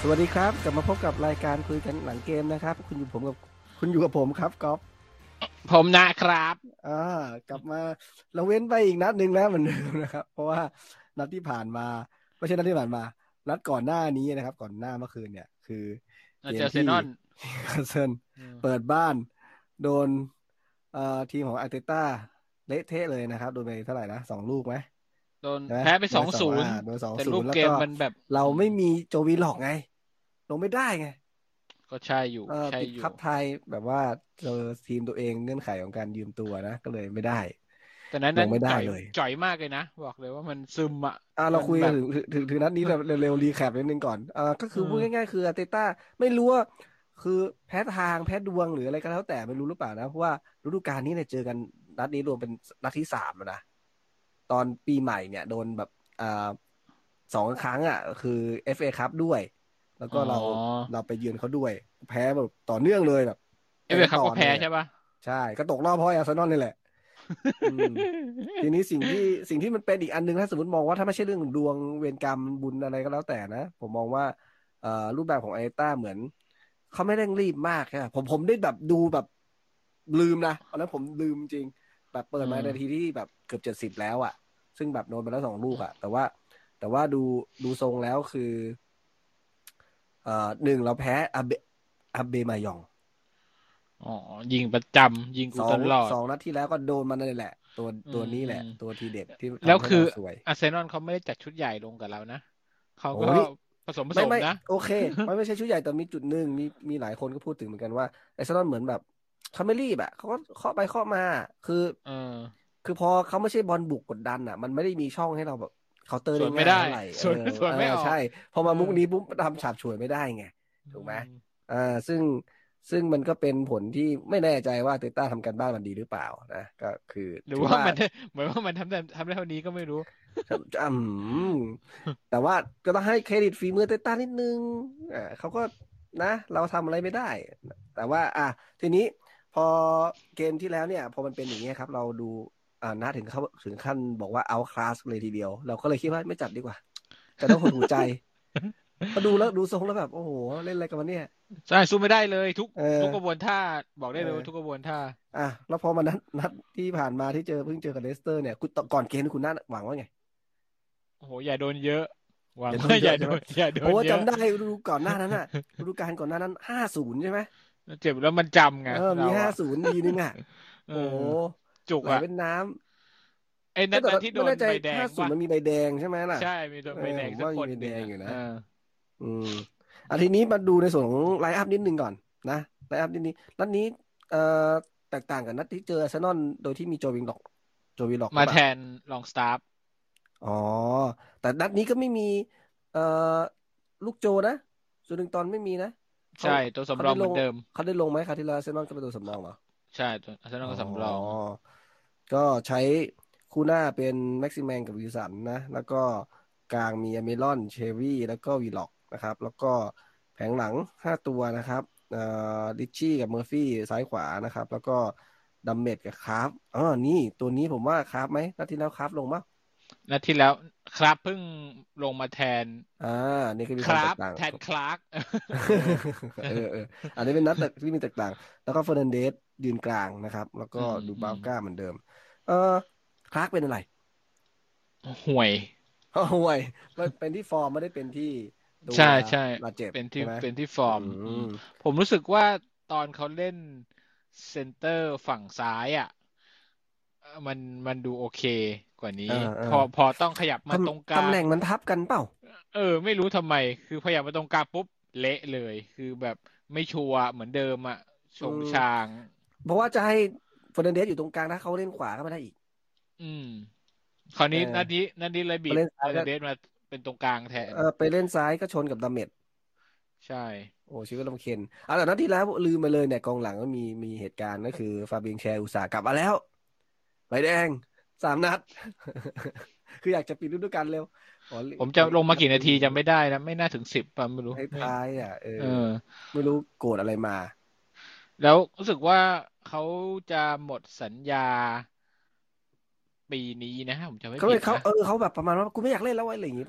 สวัสดีครับกลับมาพบกับรายการคุยกันหลังเกมนะครับคุณอยู่กับผมครับก๊อฟผมนะครับอ่ากลับมาเราเว้นไปอีกนัดหนึ่งนะเหมือนเดิมนะครับเพราะว่านัดที่ผ่านมาไม่ใช่นัดที่ผ่านมานัดก่อนหน้านี้นะครับก่อนหน้าเมื่อคืนเนี่ยคือเกเราเจมที่อเซนอนอาร์เซนอืมเปิดบ้านโดนทีมของอาร์เตต้าเละเทะเลยนะครับโดนไปเท่าไหร่นะ2 ลูกไหมโดนใช่ไหมแพ้ไปโดนไปสอง 2-0 โดนสองแต่รูปเกศูนย์แล้วก็มมันแบบเราไม่มีโจวีล็อกไงลงไม่ได้ไงก็ใช่อยู่ติดอยู่คัพไทยแบบว่าเจอทีมตัวเองเงื่อนไขของการยืมตัวนะก็เลยไม่ได้แต่นั้นลงไม่ได้จ่อยเลยจ่อยมากเลยนะบอกเลยว่ามันซึมอ่ะเราคุยมันแบบถึงนัดนี้เร็วๆรีแคปนิดนึงก่อนก็เอคือพูดอง่ายๆคืออาร์เตต้าไม่รู้ว่าคือแพ้ทางแพ้ดวงหรืออะไรก็แล้วแต่ไม่รู้หรือเปล่านะเพราะว่าฤดูกาลนี้เนี่ยเจอกันนัดนี้รวมเป็นนัดที่3แล้วนะตอนปีใหม่เนี่ยโดนแบบอ่า2 ครั้งคือ FA คัพด้วยแล้วอ๋ก็อเราไปเยือนเขาด้วยแพ้แบบต่อเนื่องเลยแบบเอแพ้เวอร์ครับก็ต่อเลยแพ้ใช่ปะใช่ก็ตกรอบเพราะอาร์เซนอลนี่แหละอืม ทีนี้สิ่งที่มันเป็นอีกอันหนึงถ้าสมมติมองว่าถ้าไม่ใช่เรื่องดวงเวรกรรมบุญอะไรก็แล้วแต่นะผมมองว่ารูปแบบของไอต้าเหมือนเขาไม่เร่งรีบมากใช่ไหมผมได้แบบดูแบบลืมนะตอนนั้นผมลืมจริงแบบเปิอืดมาในทีมที่แบบเกือบ70แล้วซึ่งแบบโดนไปแล้ว2 ลูกแต่ว่าดูทรงแล้วคือ1เราแพ้อาเบมายองอ๋อยิงประจำยิงกูสองตลอด 2 นัดที่แล้วก็โดนมันนั่นแหละตัวอืตัวนี้แหละมอืมตัวทีเด็ดที่ทำให้แล้วคือเราสวยอาร์เซนอลเขาไม่ได้จัดชุดใหญ่ลงกับเรานะเขาก็โอ้นี่ผสมไม่นะโอเคไม่ใช่ชุดใหญ่แต่มีจุดหนึ่งมีหลายคนก็พูดถึงเหมือนกันว่าไอซ์นอนเหมือนแบบเขาไม่รีบเขาก็เคาะไปเคาะมาคือเออคือพอเขาไม่ใช่บอลบุกกดดันมันไม่ได้มีช่องให้เราแบบเคาน์เตอร์ได้สวนไม่ได้ง่ายเท่าไหร่สวนไม่ออใช่กพอเออมามุกนี้ปุ๊บทำฉาบฉวยไม่ได้ไงอืถูกไหมมอ่าซึ่งซึ่งมันก็เป็นผลที่ไม่แน่ใจว่าเตต้าทำการบ้านมันดีหรือเปล่านะก็คือหรือถือว่าว่ามันเหมือนว่ามันทำได้เท่านี้ก็ไม่รู้อืแต่ว่าก็ต้องให้เครดิตฝีมือเตต้านิดนึงเขาก็นะเราทำอะไรไม่ได้แต่ว่าทีนี้พอเกมที่แล้วเนี่ยพอมันเป็นอย่างเงี้ยครับเราดูนะถึงขั้นบอกว่าเอาคลาสเลยทีเดียวเราก็เลยคิดว่าไม่จัดดีกว่าจะต้องหดหูใจพอดูแล้วดูทรงแล้วแบบโอ้โหเล่นอะไรกันวะเนี่ยใช่สู้ไม่ได้เลยเออทุกกระบวนท่าบอกเอได้เลยว่าทุกกอระบวนท่าแล้วพอมานัดที่ผ่านมาที่เพิ่งเจอกับเลสเตอร์เนี่ยคุณก่อนเกมนี่คุณน่าหวังว่าไงโอ้โหอย่าโดนเยอะหวัอย่าโดนงว่าเยอะใช่ไหมอย่าโดนเยอะเพราะว่าจำได้ฤดูก่อนหน้านั้นฤดูกาลก่อนหน้านั้น50ใช่ไหมเจ็บแล้วมันจำไงมีเราอ่ะ 50ทีนึงเออโอ้โหไหลจุกอ่ะเป็นน้ำไอ้ก็แต่นั้นที่โดไม่แน่ใจนใบแดง 50 ป่ะมันมีใบแดงใช่ไหมล่ะใช่มีโดนใบแดผมงสักคว่ามีใบแดนหนึ่งอ่ะงอยู่นะเอออืมทีนี้มาดูในส่วนของไลน์อัพนิดนึงก่อนนะไลน์อัพนิดนี้นัดนี้เอ่อแตกต่างกับนัดที่เจออาร์เซนอลโดยที่มีโจวิงล็อกหรือเปล่ามาแทนลองสตาร์ฟอ๋อแต่นัดนี้ก็ไม่มีเอ่อลูกโจนะส่วนหนึ่งตอนไม่มีนะเขาใช่ตัวสำรเขาได้ลงองเหมือนเดิมเขาได้ลงไหมคราวที่แล้วอาร์เซนอลก็เป็นตัวสำรองเหรอใช่ตัวอาร์เซนออ๋อลก็สำรองก็ใช้คู่หน้าเป็นแม็กซิแมนกับวิลสันนะแล้วก็กลางมีเมลอนเชวี่แล้วก็วีล็อกนะครับแล้วก็แผงหลัง5 ตัวนะครับริชชี่กับเมอร์ฟี่ซ้ายขวานะครับแล้วก็ดัมเมดกับคราฟนี่ตัวนี้ผมว่าคราฟไหมนัดที่แล้วคราฟลงมั้ยนัดที่แล้วครับเพิ่งลงมาแทนอ่านี่ก็มีครับความแตกต่างแทนคลาร์กเอออันนี้เป็นนัดที่มีแตกต่างแล้วก็เฟอร์นันเดสยืนกลางนะครับแล้วก็อืมดูอืมบาฟก้าเหมือนเดิมเออคลาร์กเป็นอะไรห่วยห่วยมันเป็นที่ฟอร์มไม่ได้เป็นที่ตัวใช่ใช่บาดเจ็บเป็นที่ใช่ไหมเป็นที่ฟออืร์มมผมรู้สึกว่าตอนเขาเล่นเซนเตอร์ฝั่งซ้ายมันดูโอเคกว่านี้เออเออพอต้องขยับตมาตรงกลางตำแหน่งมันทับกันเปล่าไม่รู้ทำไมคือพยายามมาตรงกลางปุ๊บเละเลยคือแบบไม่ชัวร์เหมือนเดิมชอืมงชางเพราะว่าจะให้เฟอร์นันเดสอยู่ตรงกลางถ้าเขาเล่นขวาก็ไม่ได้อีกอืมคราวเอนี้อนัดนี้เลยบีไปบเล่นซ้ายก็เฟอร์นันเดสมาเป็นตรงกลางแทนไปเล่นซ้ายก็ชนกับดาเมจใช่โอ้ชีวิตลำเค็ญแต่นัดที่แล้วลืมไปเลยเนี่ยกองหลังก็มีเหตุการณ์ก็คือฟาเบียงแชร์อุตสาหกลับมาแล้วใบแดง3 นัดคืออยากจะปิดฤดูกาลเร็วอ๋อผมจะลงมากี่นาลืมทีจำไม่ได้นะไม่น่าถึง10ป่ะไม่รู้ไม่ท้ายเออไม่รู้โกรธอะไรมาแล้วรู้สึกว่าเขาจะหมดสัญญาปีนี้นะผมจำไม่เขาเลยเขาผิดนะเขาแบบประมาณว่ากูไม่อยากเล่นแล้วอะไรอย่างงี้เปล่า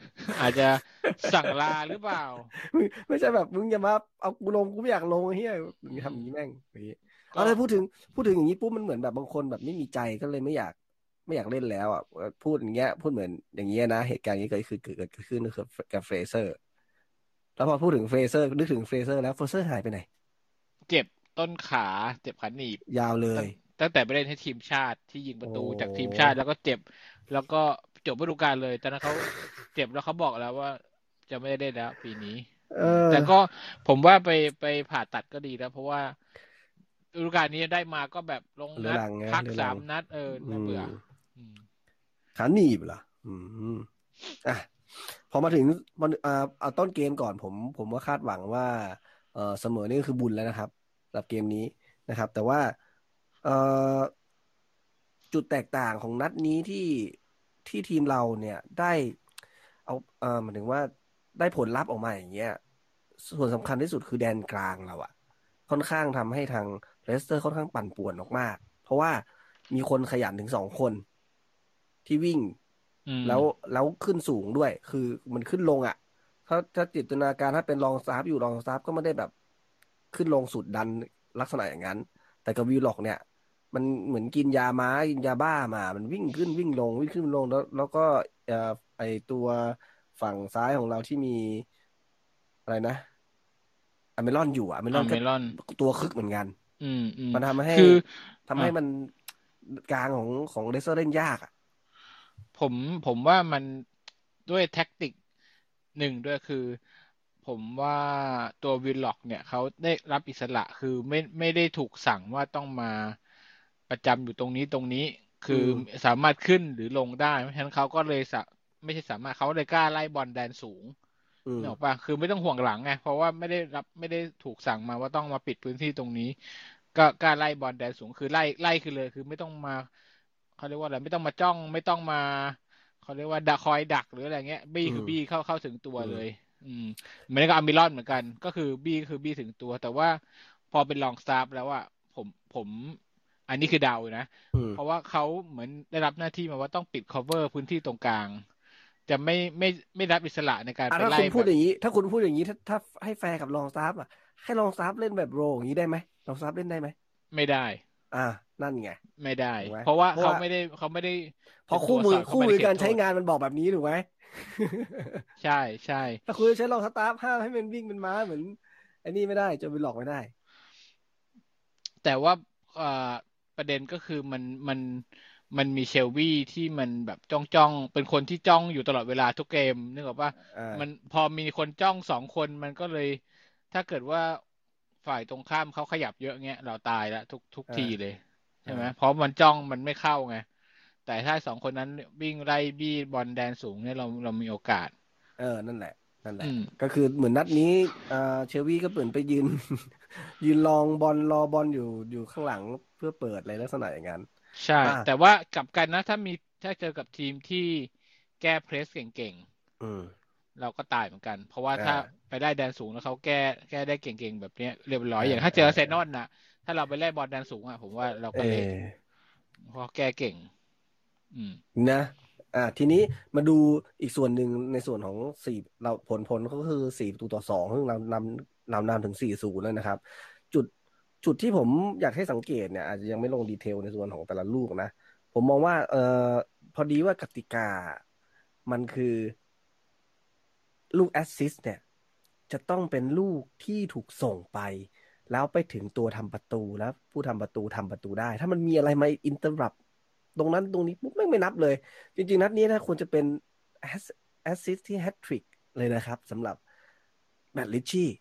อาจจะสั่งลาหรือเปล่าไม่ใช่แบบมึงอย่ามาเอากูลงกูไม่อยากลงเฮียมึงอืมทำอย่างนี้แม่งอย่างนี้เอาก็เลยพูดถึงอย่างนี้ปุ๊บมันเหมือนแบบบางคนแบบไม่มีใจก็เลยไม่อยากเล่นแล้วอ่ะพูดอย่างเงี้ยพูดเหมือนอย่างเงี้ยนะเหตุการณ์นี้เกิดขึ้นคือกับเฟรเซอร์แล้วพอพูดถึงเฟรเซอร์นึกถึงเฟรเซอร์แล้วเฟรเซอร์หายไปไหนเจ็บต้นขาเจ็บขาหนีบยาวเลยตั้งตั้งแต่ไปเล่นให้ทีมชาติที่ยิงปโอ้ระตูจากทีมชาติแล้วก็เจ็บแล้วก็จบฤดูกาลเลยตอนนั้นเขาเจ็บแล้วเขาบอกแล้วว่าจะไม่ได้เล่นแล้วปีนี้เอแต่อก็ผมว่าไปผ่าตัดก็ดีแล้วเพราะว่าฤดูกาลนี้ได้มาก็แบบลงนัดเรื้อรังไงพักเรื้อรัง 3 นัดอืน่าเบื่อมอืมขาหนีบเหรอมอ่ะพอมาถึงมันเอาต้นเกมก่อนผมว่าคาดหวังว่าเสมอนี่ก็คือบุญแล้วนะครับสำหรับเกมนี้นะครับแต่ว่าเอ่อจุดแตกต่างของนัดนี้ที่ทีมเราเนี่ยได้เอาหมายถึงว่าได้ผลลัพธ์ออกมาอย่างเงี้ยส่วนสำคัญที่สุดคือแดนกลางเราอะค่อนข้างทำให้ทางเลสเตอร์ค่อนข้างปั่นป่วนมากๆเพราะว่ามีคนขยันถึง2 คนที่วิ่งอืมแล้วแล้วขึ้นสูงด้วยคือมันขึ้นลงอ่ะถ้าจินตนาการถ้าเป็นรองซาฟอยู่รองซาฟก็ไม่ได้แบบขึ้นลงสุดดันลักษณะอย่างนั้นแต่กับวีล็อกเนี่ยมันเหมือนกินยาม้ากินยาบ้ามามันวิ่งขึ้นวิ่งลงวิ่งขึ้นลงแล้วก็เอ่อไอตัวฝั่งซ้ายของเราที่มีอะไรนะอเมรอนอยู่อะอเมรอนก็เมลอนตัวคึกเหมือนกันอืมมันทำให้คือทำอ่ะให้มันกลางของเลสเตอร์เล่นยากอ่ะผมผมว่ามันด้วยแท็กติกหนึ่งด้วยคือผมว่าตัววิลล็อกเนี่ยเขาได้รับอิสระคือไม่ได้ถูกสั่งว่าต้องมาประจำอยู่ตรงนี้คืออืมสามารถขึ้นหรือลงได้เพราะฉะนั้นเขาก็เลยไม่ใช่สามารถเขาเลยกล้าไล่บอลแดนสูงอืมเนี่ยหรอกปะคือไม่ต้องห่วงหลังไงเพราะว่าไม่ได้ถูกสั่งมาว่าต้องมาปิดพื้นที่ตรงนี้ก็กล้าไล่บอลแดนสูงคือไล่คือเลยคือไม่ต้องมา เขาเรียกว่าอะไรไม่ต้องมาจ้องไม่ต้องมาเขาเรียกว่าดักคอยดักหรืออะไรเงี้ยบี้อืมคือบี้เข้าถึงตัวอืมเลยอืมเหมือนกับอามิรอนเหมือนกันก็คือบี้คือบี้ถึงตัวแต่ว่าพอเป็นลองสตาฟแล้วอะผมอันนี้คือเดานะอืมเพราะว่าเขาเหมือนได้รับหน้าที่มาว่าต้องปิด cover พื้นที่ตรงกลางจะไม่รับอิสระในการไปถ้าคุณพูไล่แบบดอย่างนี้ถ้าคุณพูดอย่างนี้ถ้าให้แฟร์กับรองซาฟอ่ะให้รองซาฟเล่นแบบโรอย่างนี้ได้ไหมรองซาฟเล่นได้ไหมไม่ได้อ่านั่นไงไม่ได้ถูกไหมเพราะว่าเพราะว่าเขาไม่ได้เป็นพอคู่มือตัวสอดเข้าคู่มือการมาในเขตโทษใช้งานมันบอกแบบนี้ถูกไหมใช่ใช่ถ้าคุณจะใช้รองสตาฟห้ามให้มันวิ่งเป็นม้าเหมือนไอ้นี่ไม่ได้จะไปหลอกไม่ได้แต่ว่าเอ่อประเด็นก็คือมันมีเชลวี่ที่มันแบบจ้องเป็นคนที่จ้องอยู่ตลอดเวลาทุกเกมนึกออกปะมันอ่าพอมีคนจ้อง2 คนมันก็เลยถ้าเกิดว่าฝ่ายตรงข้ามเขาขยับเยอะเงี้ยเราตายแล้วทุกอ่าทีเลยใช่ไหมเพอ่าราะมันจ้องมันไม่เข้าไงแต่ถ้า2 คนนั้นวิ่งไล่บี้บอลแดนสูงเนี่ยเรามีโอกาสนั่นแหละนั่นแหละอืมก็คือเหมือนนัดนี้อ่าเชลวีก็เหมือนไปยืนยืนลองบอลรอบอลอยู่ข้างหลังเพื่อเปิดอะไรลักษณะอย่างนั้นใช่อ่าแต่ว่ากลับกันนะถ้าเจอกับทีมที่แก้เพรสเก่งๆอืมเราก็ตายเหมือนกัน เพราะว่าอ่าถ้าไปได้แดนสูงแล้วเขาแก้ได้เก่งๆแบบเนี้ยเรียบร้อยอ่าอย่างถ้าเจอ่าออาร์เซนอลน่ะถ้าเราไปไล่บอลแดนสูงอ่ะผมว่าเราเก็เละออเพราะแก้เก่งอืมนะทีนี้มาดูอีกส่วนหนึ่งในส่วนของสี่เราผลก็คือ4-2ซึ่งเรานำถึง4-0แล้วนะครับจุดจุดที่ผมอยากให้สังเกตเนี่ยอาจจะยังไม่ลงดีเทลในส่วนของแต่ละลูกนะผมมองว่าพอดีว่ากติกามันคือลูกแอสซิสต์เนี่ยจะต้องเป็นลูกที่ถูกส่งไปแล้วไปถึงตัวทำประตูแล้วผู้ทำประตูทำประตูได้ถ้ามันมีอะไรมาอินเตอร์รับตรงนั้นตรงนี้ปุ๊บไม่นับเลยจริงๆนัดนี้นะควรจะเป็นแอสซิสต์ที่แฮตทริกเลยนะครับสำหรับแมตต์ลิชชี่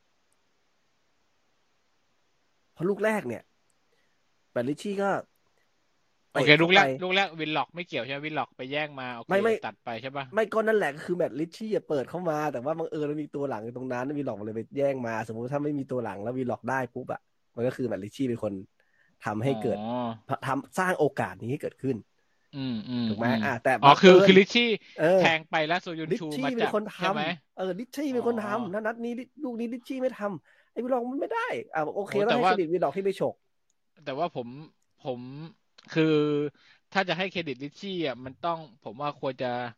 เพราะลูกแรกเนี่ยแมตต์ลิชชี่ก็โอเคเตะเข้าไปลูกแรกวินล็อกไม่เกี่ยวใช่ไหมวินล็อกไปแย่งมาโอเคไม่ตัดไปใช่ปะไม่ก็นั่นแหละก็คือแมตต์ลิชชี่อะเปิดเข้ามาแต่ว่าบังเอิญมันมีตัวหลังอยู่ตรงนั้นวีล็อกมันเลยไปแย่งมาสมมุติถ้าไม่มีตัวหลังแล้ววีล็อกได้ปุ๊บอะมันก็คือแมตต์ลิชชี่เป็นคนทำอ๋อให้เกิดสร้างโอกาสนี้ให้เกิดขึ้นถูกไหมอืมแต่อ๋อบังเอิญคือลิชชี่เออแทงไปแล้วโซยุนชูลิชชี่มาจับเป็นคนทใช่ไหมำลิชชี่อ๋อเป็นคนทำถ้านัดนี้ลูกนี้ลิชชี่ไม่ทำไอ้วีล็อกมันไม่ได้โอเคโอ้แต่ว่าต้องให้เครดิตวีล็อกที่ไปฉกแต่ว่าผมคือถ้าจะให้เครดิตลิชชี่อ่ะมันต้องผมว่าควรจะ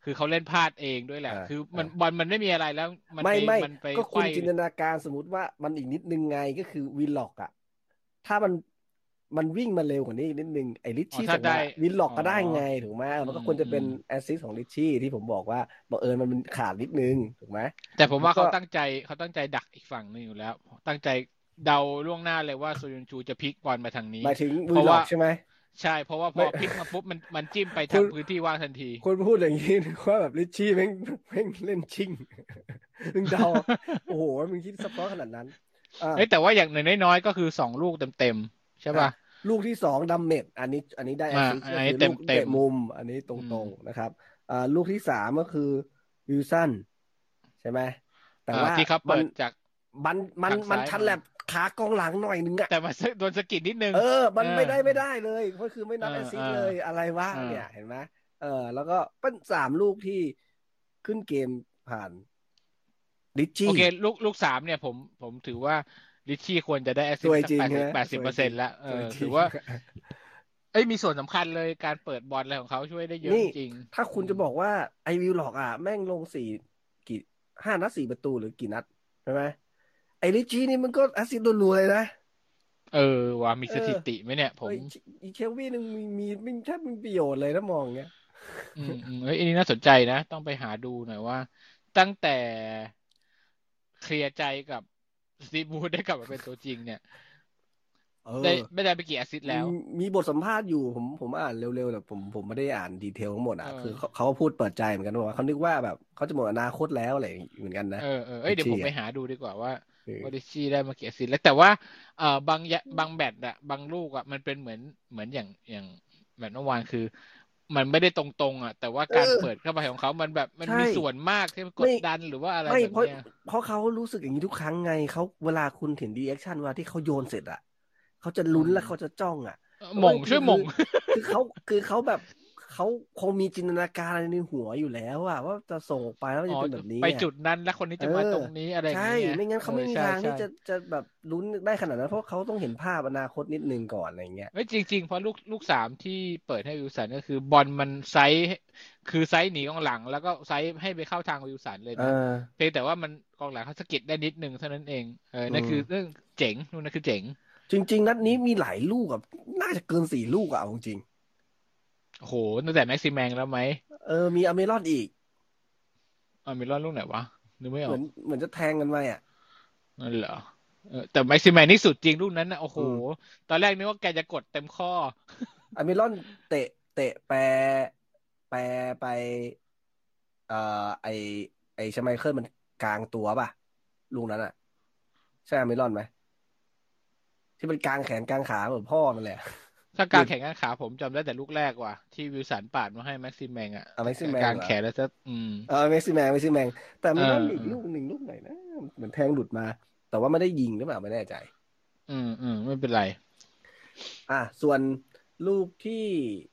คือเขาเล่นพลาดเองด้วยแหละอ่าคืออ่ามันบอลมันไม่มีอะไรแล้วมันไปไม่มันไปก็ไขว้คุณจินตนาการสมมติว่ามันอีกนิดนึงไงก็คือวิลล็อกอ่ะถ้ามันวิ่งมาเร็วกว่านี้อีกนิดนึงไอ้ลิชชี่ส่งถ้าได้มาวิลล็อกอ๋อก็ได้ไงถูกไหมอืมันก็มควรจะเป็นอืมแอสซิสต์ของลิชชี่ที่ผมบอกว่าบังเอิญมันขาดนิดนึงถูกไหมแต่ผมแล้วก็ว่าเขาตั้งใจดักอีกฝั่งหนึงอยู่แล้วตั้งใจเดาล่วงหน้าเลยว่าโซยุนจูจะพลิกบอลมาทางนี้หมายถึงวิเพราะว่าลล็อกใช่ไหมใช่เพราะว่าพไม่อพลิกมาปุ๊บมันจิ้มไปคุณทางพื้นที่ว่างทันทีคุณพูดอย่างนี้นึกว่าแบบลิชชี่แม่งเล่นชิ่งมึงเดาโอ้โหมึงคิดซับซ้อนขนาดนั้นอ่าเอ้ยแต่ว่าอย่างน้อยๆก็คือ2 ลูกเต็มๆใช่อ่ะป่ะลูกที่สองดัมเมจอันนี้ได้แอสซิสต์ก็อันนี้คือลูกเต็มเตะมุมอันนี้ตอืมรงๆนะครับลูกที่สามก็คือวิลสันใช่ไหมแต่ว่าที่เขามันเปิดจากมันมันทางมันซ้ายมาทันแลบขากองหลังหน่อยนึงอะแต่มาโดนสะกิดนิดนึงเออมัเออนไม่ได้เลยก็คือไม่เออนับแอสซิเออสต์เลยอะไรวะเออเนี่ยเห็นไหมแล้วก็เป็นสามลูกที่ขึ้นเกมผ่านลิชชี่โอเคลูกสามเนี่ยผมถือว่าลิชชี่ควรจะได้แอสสวยซิสต์สักจริงใช่ไหมแปดสวยจริงสิบเปอร์เซ็นต์แล้วสวยจริงถือว่าเอ้ยมีส่วนสำคัญเลยการเปิดบอลอะไรของเขาช่วยได้เย อะนี่จริงถ้าๆคุณจะบอกว่าไอวิวหลอกแม่งลงกี่5 นัด 4 ประตูหรือกี่นัดใช่ไหมไอลิชชี่นี่มันก็แอสซิสต์รัวๆเลยนะเออว่ามีเออสถิติไหมเนี่ยผมเอ้ยอีเคลวี่นึงมีไม่แทบไม่มีประโยชน์เลยนะมองอย่างเงี้ยเฮ้ยอันนี้น่าสนใจนะต้องไปหาดูหน่อยว่าตั้งแต่เคลียร์ใจกับสตีฟวูดได้กลับมาเป็นตัวจริงเนี่ยเอได้อไม่ได้ไปกี่แอสซิสต์แล้วมีบทสัมภาษณ์อยู่ผมอ่านเร็วๆแต่ผมไม่ได้อ่านดีเทลทั้งหมดเออคือเขาก็พูดเปิดใจเหมือนกันว่าเขานึกว่าแบบเขาจะหมดอนาคตแล้วอะไรอย่างงี้เหมือนกันนะเอ้ยเดี๋ยวผมไปลิชชี่อ่ะหาดูดีกว่าว่าเออดิชี่ได้มากี่แอสซิสต์แล้วแต่ว่าบางแบตอะบางลูกอะมันเป็นเหมือนอย่างแบตเมื่อวานคือมันไม่ได้ตรงๆอะแต่ว่าเอการเปิดอเข้าไปของเขามันแบบมันใช่มีส่วนมากที่กไม่ดดันหรือว่าอะไรไม่เพราะแบบเนี้ยเพราะเขารู้สึกอย่างนี้ทุกครั้งไงเขาเวลาคุณเห็นรีแอคชั่นเวลาที่เขาโยนเสร็จอ่ะเขาจะอืลุ้นมและเขาจะจ้องอ่ะแล้วหม่งช่วยหม่งคือเขาแบบเขาคงมีจินตนาการอะไรในหัวอยู่แล้วอ่ะว่าจะส่งออกไปแล้วมันอ๋อจะเป็นแบบนี้ไปอ่ะจุดนั้นแล้วคนนี้เออจะมาตรงนี้อะไรอย่าใช่งเงี้ยไม่งั้นเขาไม่มีใช่ใช่ทางที่จะแบบลุ้นได้ขนาดนั้นเพราะเขาต้องเห็นภาพอนาคตนิดนึงก่อนอะไรเงี้ยเอ้ยจริงๆเพราะลูกสามที่เปิดให้วิลสันก็คือบอลมันไซส์คือไซส์หนีกองหลังแล้วก็ไซส์ให้ไปเข้าทางวิลสันเลยเออนะเพียงแต่ว่ามันกองหลังเขาสะกิดได้นิดนึงเท่านั้นเองอืนั่นคือเรื่มองเจ๋งนู่นนั่นคือเจ๋งจริงๆนัดนี้มีหลายลูกอ่ะน่าจะเกิน4 ลูกอ่ะเอาจริงโอ้โหตั้งแต่แม็กซิแมงแล้วไหมมีอเมรอนอีกมีรอดลูกไหนวะนึกไม่ออกเหมือนจะแทงกันไปอ่ะนั่นเหรอแต่แม็กซิแมงนี่สุดจริงลูกนั้นนะโอ้โหอืมตอนแรกนึกว่าแกจะกดเต็มข้ออเมรอนเตะแปรไปเอ่อไอไอชไมเคิลมันกลางตัวป่ะลูกนั้นอ่ะใช่อเมรอนไหมที่มันกลางแขนกลางขาเหมือนพ่อมันเลยอะถ้าหรือกางแขนกางขาผมจำได้แต่ลูกแรกว่ะที่วิลสันปาดมาให้แม็กซิแมงอ่ะเมสซี่แมกางงเหรอแขนแล้วจะเมสซี่แมงแต่อเออเมรอนมีเอออีกลูกหนึ่งลูกไหนนะเหมือนแทงหลุดมาแต่ว่าไม่ได้ยิงหรือเปล่าไม่แน่ใจไม่เป็นไรส่วนลูกที่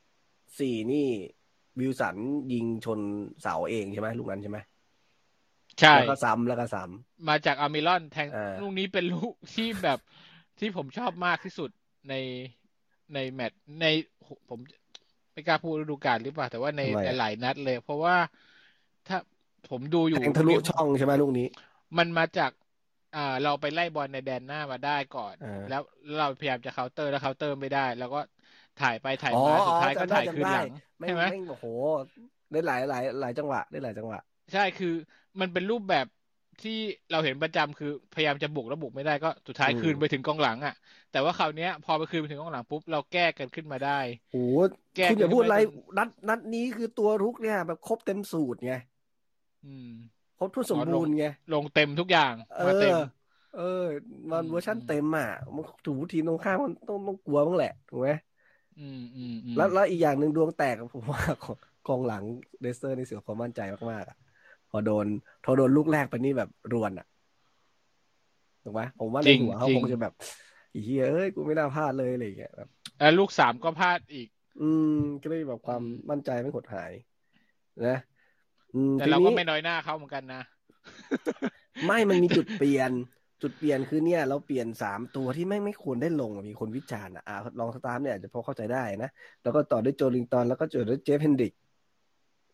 4นี่วิลสันยิงชนเสาเองใช่ไหมลูกนั้นใช่ไหมใช่แล้วก็ซ้ำมาจากอาร์มิลอนแทงอ่ลูกานี้เป็นลูกที่แบบที่ผมชอบมากที่สุดในในแมตช์ในผมไม่กล้าพูดฤดูกาลหรือเปล่าแต่ว่าในทำไมอ่ะหลายๆนัดเลยเพราะว่าถ้าผมดูอยู่แทงทะลุลูกนี้ช่องใช่ไหมลูกนี้มันมาจากเราไปไล่บอลในแดนหน้ามาได้ก่อนแล้วอ่าเราพยายามจะเคาน์เตอร์แล้วเคาน์เตอร์ไม่ได้แล้วก็ถ่ายไปถ่ายอ๋อมาสุดท้ายก็จำได้ถ่ายคืจำได้นหลังแม่งใช่ไหมแม่งโอ้โหได้หลายจังหวะได้หลายจังหวะใช่คือมันเป็นรูปแบบที่เราเห็นประจำคือพยายามจะบุกแล้วบุกไม่ได้ก็สุดท้ายอืมคืนไปถึงกองหลังอ่ะแต่ว่าคราวเนี้ยพอไปคืนไปถึงกองหลังปุ๊บเราแก้กันขึ้นมาได้โอ้โหแก้คุณอย่าพูดอะไรกันขึ้นมาจนนัดนี้คือตัวรุกเนี่ยแบบครบเต็มสูตรไงอืมครบทุกสอ๋อลงมบูรณ์ไงลงเต็มทุกอย่างเออมาเต็มเออมันเวอร์ชัอืมนเต็มอ่ะมันถูทีมตรงข้ามมันต้องกลัวบ้างแหละถูกไหมอืมแล้วอีกอย่างหนึ่งดวงแตกอะผมว่ากองหลังเดสเตอร์นี่เสียความมั่นใจมากๆอ่ะพอโดนลูกแรกไปนี่แบบรวนอ่ะ ถูกไหมผมว่าจริงในหัวเขาจริงคงจะแบบอีเหี้ยเอ้ยกูไม่น่าพลาดเลยอะไรอย่างเงี้ยแบบแล้วลูกสามก็พลาดอีกอืมก็เลยแบบความอืมมั่นใจไม่หดหายนะแต่ทีนี้เราก็ไม่น้อยหน้าเขาเหมือนกันนะไม่มันมีจุดเปลี่ยนคือเนี่ยเราเปลี่ยน3 ตัวที่ไม่ควรได้ลงอะมีคนวิจารณ์ลองสตาร์ทเนี่ยอาจจะพอเข้าใจได้นะแล้วก็ต่อด้วยโจลิงตันแล้วก็เจอด้วยเจฟเฮนดริก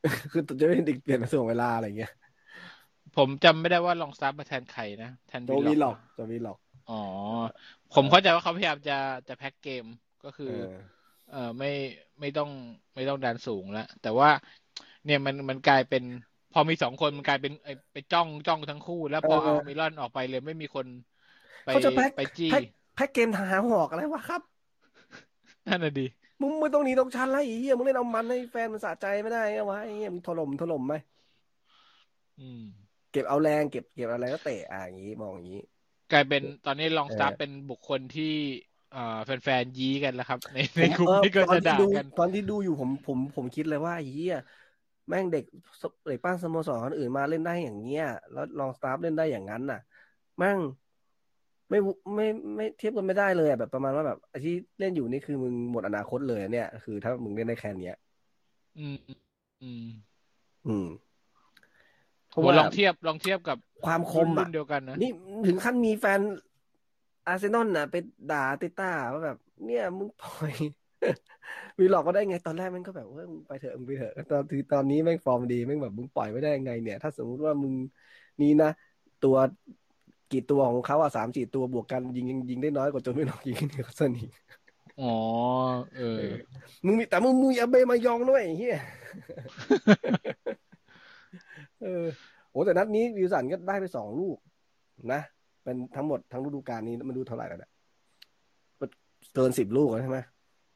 คือจะไม่ติกเปลี่ยนมาส่วงเวลาอะไรเงี้ยผมจำไม่ได้ว่าลองสตาร์ทมาแทนใครนะแทนโจวีล็อกเหรอวีล็อกโจวีล็อกอ๋อเอผมเข้าใจอว่าเขาพยายามจะแพ็กเกมก็คือเออไม่ไม่ต้องไม่ต้องดันสูงแล้วแต่ว่าเนี่ยมันกลายเป็นพอมีสองคนมันกลายเป็นไปจ้องทั้งคู่แล้วเอพอเอามิอลอนออกไปเลยไม่มีคนไปเขาจะไปจี้แพ็คแพ็คเกมทหารหอกอะไรวะครับนั่นน่ะดีมึงไม่ต้องหนีตกชั้นแล้วไอ้เหี้ยมึงเล่นเอามันให้แฟนมันสะใจไม่ได้ไงวะไอ้เหี้ยมึงถล่มไหมอืมเก็บเอาแรงเก็บอะไรก็เตะอย่างงี้มองอย่างงี้กลายเป็นตอนนี้ลองเอสตาร์ทเป็นอบุคคลที่แฟนยี้กันแล้วครับในผมกลุ่มนี้ก็จะด่ากันตอนที่ดูอยู่ผมคิดเลยว่าไอ้เหี้ยแม่งเด็กปั้นสโมสรคนอื่นมาเล่นได้อย่างเงี้ยแล้วลองสตาฟเล่นได้อย่างนั้นน่ะแม่งไม่ไม่ไม่เทียบกันไม่ได้เลยอะแบบประมาณว่าแบบไอ้ที่เล่นอยู่นี่คือมึงหมดอนาคตเลยอะเนี่ยคือถ้ามึงเล่นได้แค่เนี้ยอืมอืมอืมเพราะว่าลองเทียบกับความคมอ่ะรุ่นเดียวกันนะนี่ถึงขั้นมีแฟนอาร์เซนอลน่ะไปด่าอาร์เตต้าว่าแบบเนี่ยมึงปล่อยวีหลอกก็ได้ไงตอนแรกมันก็แบบว่ามึงไปเถอะมึงไปเถอะตอนนี้แม่งฟอร์มดีแม่งแบบมึงปล่อยไม่ได้ยังไงเนี่ยถ้าสมมุติว่ามึงนี่นะตัวกี่ตัวของเขาอ่ะ3-4 ตัวบวกกันยิงได้น้อยกว่าจนไม่หลอกยิงนิวคาสเซิลอีกอ๋อเออเออมึงอย่าเบมายองด้วยไอ้เฮียเออโอ้แต่นัดนี้วิลสันก็ได้ไป2 ลูกนะเป็นทั้งหมดทั้งฤดูกาลนี้มันดูเท่าไหร่แล้วเนี่ยเกิน10 ลูกแล้วใช่ไหม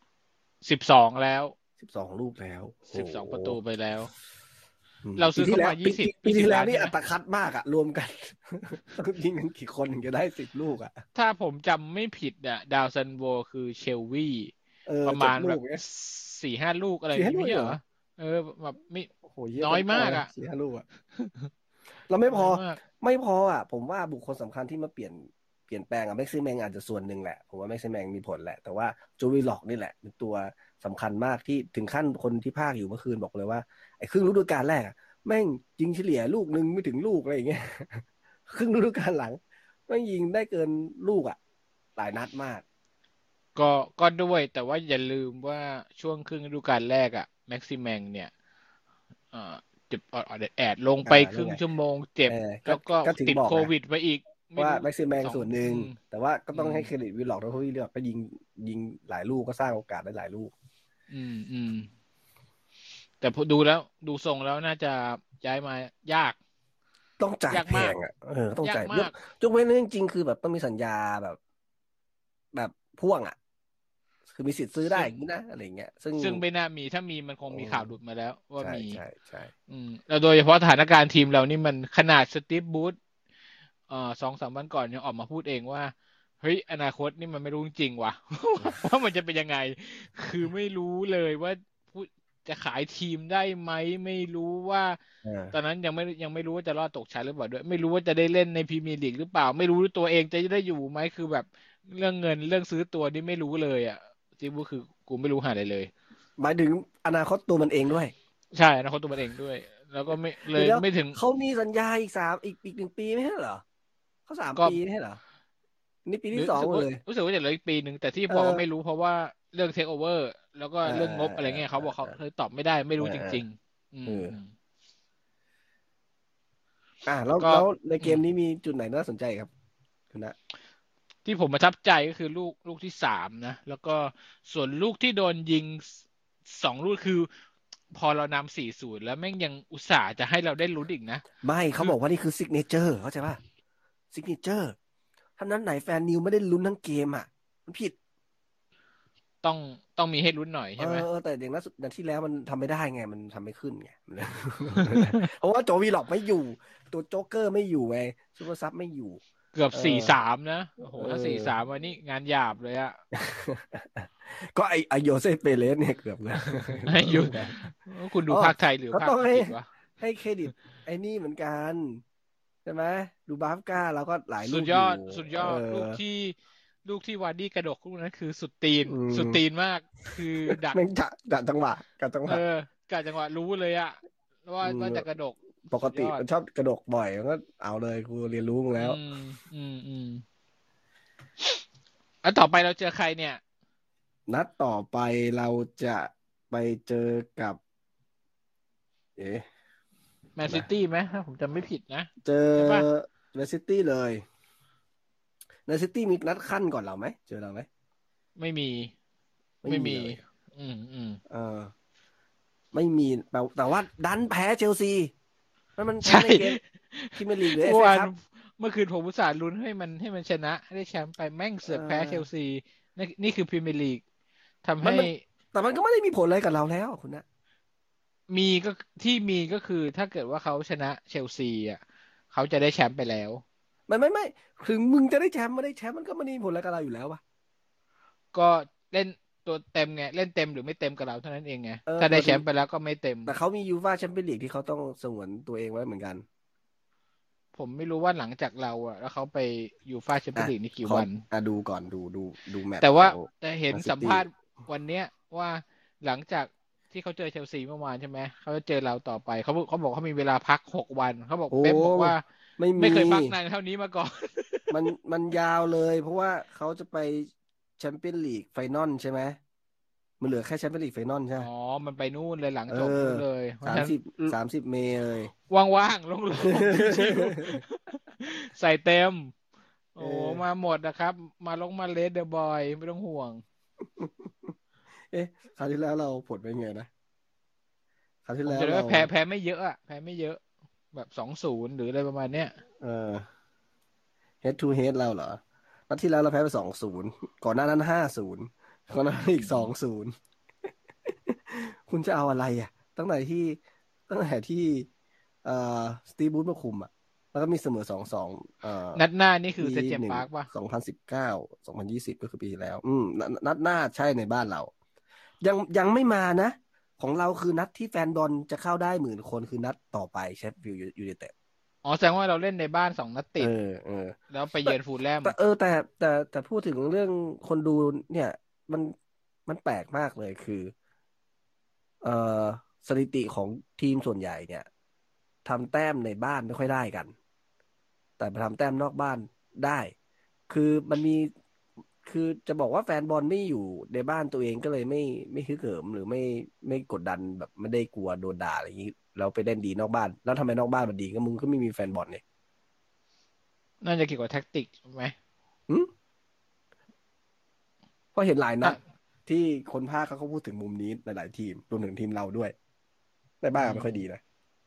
12แล้ว 12 ลูกแล้วโอ้ 12 ประตูไปแล้วอืมเราซื้อเข้ามาปีที่แล้วปียี่สิบปีปียี่สิที่แล้วนี่บล้านใช่ไหมอัตคัดมากอะรวมกันต้องยิงกันกี่คนถึงจะได้10 ลูกอะถ้าผมจำไม่ผิดอะดาวซันโวคือเชลวีเออประเจ็มาณแบบดลูกเนี่ย 4-5 ลูกอะไรอสี่ย่างห้าลูกเองเหรองี้ไม่ใช่เหรอเออแบบไม่โอ้โหเยอะน้อจำไม่ได้นะยมากอะ 4-5 ลูกอะ เราไม่น้พออยมากไม่พออ่ะผมว่าบุคคลสำคัญที่มาเปลี่ยนแปลงอ่ะแม็กซิแมงอาจจะส่วนหนึ่งแหละผมว่าแม็กซิแมงมีผลแหละแต่ว่าจูวิล็อกนี่แหละเป็นตัวสำคัญมากที่ถึงขั้นคนที่พากย์อยู่เมื่อคืนบอกเลยว่าไอ้ครึ่งฤดูกาลแรกอะแม่งยิงเฉลี่ยลูกหนึ่งไม่ถึงลูกอะไรอย่างเงี้ยครึ่งฤดูกาลหลังแม่งยิงได้เกินลูกอ่ะหลายนัดมากก็ก็ด้วยแต่ว่าอย่าลืมว่าช่วงครึ่งฤดูกาลแรกอะแม็กซิแมงเนี่ยเอ่อเจ็บอดลงไปคแล้วไงรึ่งชั่วโมงเจ็บเออก็แล้วก็ก็ถึงติดโคบอกไงวิดไปอีกไม่รู้ว่าแม็กซิแมงสองส่วนหนึ่งอืมแต่ว่าก็อืมต้องให้เครดิตวิลล็อกด้วยเพราะวิลล็อกก็ยิงหลายลูกก็สร้างโอกาสได้หลายลูกอืมแต่พอดูแล้วดูทรงแล้วน่าจะย้ายมายากต้องจ่ายแพยากมากงอ่ะต้องจ่ายยกยากมากยกเว้นเรื่องจริงคือแบบต้องมีสัญญาแบบแบบพ่วงอ่ะคือมีสิทธิ์ซื้อได้ซึ่งอย่างนี้นะอะไรเงี้ยซึ่งซึ่งไม่น่ามีถ้ามีมันคงอืมีมข่าวหลุดมาแล้วว่าใช่มีใช่ใช่แล้วโดยเฉพาะสถานการณ์ทีมเรานี่มันขนาดสตีฟบูธ2-3 วันก่อนยังออกมาพูดเองว่าเฮ้ยอนาคตนี่มันไม่รู้จริงๆว่ะว่ามันจะเป็นยังไงคือไม่รู้เลยว่าพูดจะขายทีมได้ไหมไม่รู้ว่าตอนอ่านั้นยังไม่รู้ว่าจะรอดตกชั้นหรือเปล่าด้วยไม่รู้ว่าจะได้เล่นในพรีเมียร์ลีกหรือเปล่าไม่รู้ตัวเองจะได้อยู่ไหมคือแบบเรื่องเงินเรื่องซื้อตัวนี่ไม่รู้เลยอ่ะจริงก็คือกูไม่รู้หาอะไรเลยหมายถึงอนาคตตัวมันเองด้วยใช่อนาคตตัวมันเองด้วยแล้วก็ไม่เลยเดี๋ยวไม่ถึงเขามีสัญญาอีก1 ปีไม่ใช่เหรอเขาสามก็ปีไม่ใช่เหรอนี่ปีที่หรือรู้สึกว่าสองหมดเลยรู้สึกว่าจะเหลืออีกปีหนึ่งแต่ที่เอบอกว่าไม่รู้อเพราะว่าเรื่องเทคโอเวอร์แล้วก็เออเรื่องงบอะไรเงี้ยเขาบอกเขาเลยตอบไม่ได้ไม่รู้จเออเออริงๆเอออืมแล้วก็แล้วในเกอืมมนี้มีจุดไหนน่าสนใจครับคุณนะที่ผมประทับใจก็คือลูกที่3นะแล้วก็ส่วนลูกที่โดนยิง2 ลูกคือพอเรานำ4-0แล้วแม่งยังอุตส่าห์จะให้เราได้ลุ้นอีกนะไม่เขาคือบอกว่านี่คือซิกเนเจอร์เข้าใจป่ะซิกเนเจอร์ ถ้านั้นไหนแฟนนิวไม่ได้ลุ้นทั้งเกมอ่ะมันผิดต้องต้องมีให้ลุ้นหน่อยใช่ไหมแต่อย่างล่าสุดอย่างที่แล้วมันทำไม่ได้ไงมันทำไม่ขึ้นไงเพราะว่าโจวีล็อกไม่อยู่ตัวโจ๊กเกอร์ไม่อยู่ไงซูเปอร์ซับไม่อยู่เกือบเออ 4-3นะโอ้โหเอถ้า4-3 อวันนี้งานหยาบเลยอะก็ไอโยเซฟเปเรสเนี่ยเกือบเลยให้อยู่คุณอ๋อดูภาคไทยหรือภาคก็ต้องให้อังกฤษวะให้เครดิตไอ้นี่เหมือนกันใช่ไหมดูบาฟก้าเราก็หลายลูกอยู่สุดยอดสุดยเอออดลูกที่วาร์ดี้กระดกลูกนั้นคือสุดตีนอืสุดตีนมมากคือดักแม่งจะจังหวะกับจังหเอวะอกะจังหวะรู้เลยอะว่าอืว่าจะกมระดกปกสุดยอดติมันชอบกระดกบ่อยมันก็เอาเลยกูเรียนรู้มึงอืแล้วมอืมแล้วต่อไปเราเจอใครเนี่ยนัดต่อไปเราจะไปเจอกับเอ๊ะแมนซินะตี้ไหมถ้าผมจำไม่ผิดนะเจอใช่ป่ะแมนซิตี้เลยแมนซิตี้มีนัดขั้นก่อนเราไหมเจอเราไหมไม่มีไม่ไม่มีมีเลยอืมเออไม่มีแต่ว่าดันแพ้เชลซีมันแพ้ใช่ในเกมพรีเมียร์ลีกหรือเอเมื่อวานฟเอครับเมื่อคืนผมอุตส่าห์ลุ้นให้มันชนะได้แชมป์ไปแม่งเอเสือกแพ้เชลอซีนี่คือพรีเมียร์ลีกทำให้มันแต่มันก็ไม่ได้มีผลอะไรกับเราแล้วคุณนะมีก็ที่มีก็คือถ้าเกิดว่าเขาชนะเชลซีอ่ะเขาจะได้แชมป์ไปแล้วไม่ถึงมึงจะได้แชมป์ไม่ได้แชมป์มันก็ไม่ได้มีผลอะไรกับเราอยู่แล้ววะก็เล่นตัวเต็มไงเล่นเต็มหรือไม่เต็มกับเราเท่านั้นเองไงเออถ้าได้มาถึงแชมป์ไปแล้วก็ไม่เต็มแต่เขามียูฟ่าแชมเปี้ยนลีกที่เขาต้องสงวนตัวเองไว้เหมือนกันผมไม่รู้ว่าหลังจากเราอ่ะแล้วเขาไปยูฟ่าแชมเปี้อ่ะยนลีกนี่กี่ขอวันดูก่อนดูแมตช์แต่ว่าของแต่เห็นแมนซิตี้สัมภาษณ์วันเนี้ยว่าหลังจากที่เขาเจอเชลซีเมื่อวานใช่ไหมเขาจะเจอเราต่อไปเขาบอกเขามีเวลาพัก6 วันเขาบอกโอ้เป๊ปบอกว่าไม่มีไม่เคยพักนานเท่านี้มาก่อนมันมันยาวเลยเพราะว่าเขาจะไปแชมเปี้ยนลีกไฟนอลใช่ไหมมันเหลือแค่แชมเปี้ยนลีกไฟนอลใช่ไหมอ๋อมันไปนู่นเลยหลังเออจบนู่นเลยเพราะฉะนั้นสามสิบเมษเลยว่างๆโล่งๆชิวๆใส่เต็มเอโอ้อมาหมดนะครับมาเลสเดอะบอยไม่ต้องห่วงเอ๊ะคราวที่แล้วเราผลเป็นไงนะคราวที่ผมแล้วเราจะได้ว่าแพ้ไม่เยอะอะแพ้ไม่เยอะแบบ2-0หรืออะไรประมาณเนี้ยเออ head to head เราเหรอนัดที่แล้วเราแพ้ไป2-0ก่อนหน้านั้น5-0ก่อนหน้านั้นอีก2-0คุณจะเอาอะไรอ่ะตั้งแต่ที่เอ่อสตีฟบูธมาคุมอ่ะแล้วก็มีเสมอ2-2 นัดหน้านี่คือปีเซนต์เจมหนึ่งส์ปาร์คป่ะ 20192020ก็คือปีที่แล้วนัดหน้าใช่ในบ้านเรายังไม่มานะของเราคือนัดที่แฟนบอลจะเข้าได้10,000 คนคือนัดต่อไปเชฟฟิลด์ยูไนเต็ดอ๋อแสดงว่าเราเล่นในบ้าน2 นัดเออติดเออแล้วไปแต่เยือนฟูลแลมแต่พูดถึงเรื่องคนดูเนี่ยมันมันแปลกมากเลยคือเอ่อสถิติของทีมส่วนใหญ่เนี่ยทำแต้มในบ้านไม่ค่อยได้กัน แต่ไปทำแต้มนอกบ้านได้ คือมันมีคือจะบอกว่าแฟนบอลไม่อยู่ในบ้านตัวเองก็เลยไม่ฮึกเหิมหรือไม่กดดันแบบไม่ได้กลัวโดนด่าอะไรอย่างนี้แล้วไปเล่นดีนอกบ้านแล้วทำไมนอกบ้านมันดีก็มึงก็ไม่มีแฟนบอลเนี่ยน่าจะเกี่ยวกับแท็กติกไหมหึเพราะเห็นหลายนัอ่ะดที่คนพากย์เขาก็พูดถึงมุมนี้หลายๆทีมรวมถึงทีมเราด้วยในบ้านอืก็ไม่ค่อยดีนะม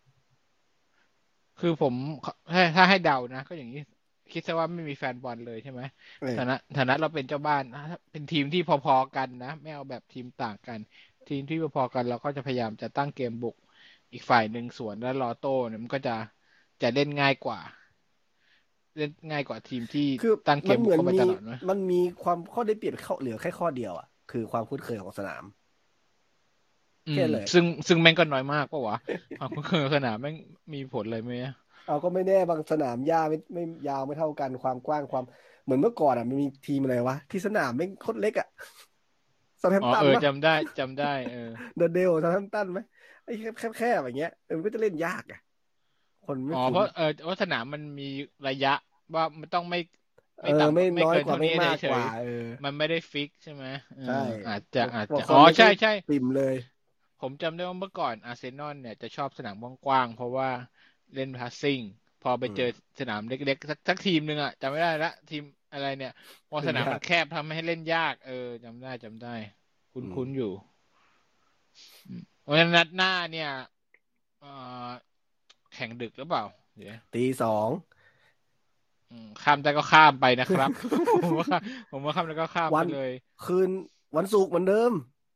คือผมถ้าให้เดานะก็อย่างนี้คิดซะว่าไม่มีแฟนบอลเลยใช่ไหมเออฐานะเราเป็นเจ้าบ้านถ้าเป็นทีมที่พอๆกันนะไม่เอาแบบทีมต่างกันทีมที่พอๆกันเราก็จะพยายามจะตั้งเกมบุกอีกฝ่ายหนึ่งสวนแล้วรอโต้เนี่ยมันก็จะเล่นง่ายกว่าเล่นง่ายกว่าทีมที่คือตั้งเกมันมบุกเข้าไปเหมือนตลอดนะมันมีความข้อได้เปรียบเข้าเหลือแค่ข้อเดียวอ่ะคือความคุ้นเคยของสนามอืมแค่เลยซึ่งแม่งก็น้อยมากปะวะความคุ้นเคยกับสนามแม่งมีผลเลยไหมอะเอาก็ไม่แน่บางสนามหญ้าไม่ยาวไม่เท่ากันความกว้างความเหมือนเมื่อก่อนอ่ะมันมีทีมอะไรวะที่สนามไม่งโคตรเล็กอ่ะซา u t แฮมอ๋อป์ตันปะจำได้เออเดอะเดลซา u t แฮมป์ตันไหมไอ้แคบอย่างเงี้ยมันก็จะเล่นยากอ่ะคนอ๋อไม่คุ้นเพราะสนามมันมีระยะว่ามันต้องไม่เออไม่ไม่ต่ำไม่น้อยกว่าไม่เกินเท่านี้มากกว่าเฉยๆมันไม่ได้ฟิกใช่ไหมใช่บางอาจจะคนมันก็ใช่ใช่ปิ่มเลยผมจำได้ว่าเมื่อก่อนอาร์เซนอลเนี่ยจะชอบสนามกว้างๆเพราะว่าเล่นพาสซิ่งพอไปเจออืมสนามเล็กๆสักทีมหนึ่งอะจำไม่ได้ละทีมอะไรเนี่ยพอสนามเล่นยากมันแคบทำให้เล่นยากจำได้คุอืม้นๆอยู่เพราะฉะนั้นนัดหน้าเนี่ยเอ่อแข่งดึกหรือเปล่าเดี๋ยวตี 2 ข้ามได้ก็ข้ามไปนะครับผมว่าข้ามได้ก็ข้ามวันไปเลยคืนวันศุกร์เหมือนเดิม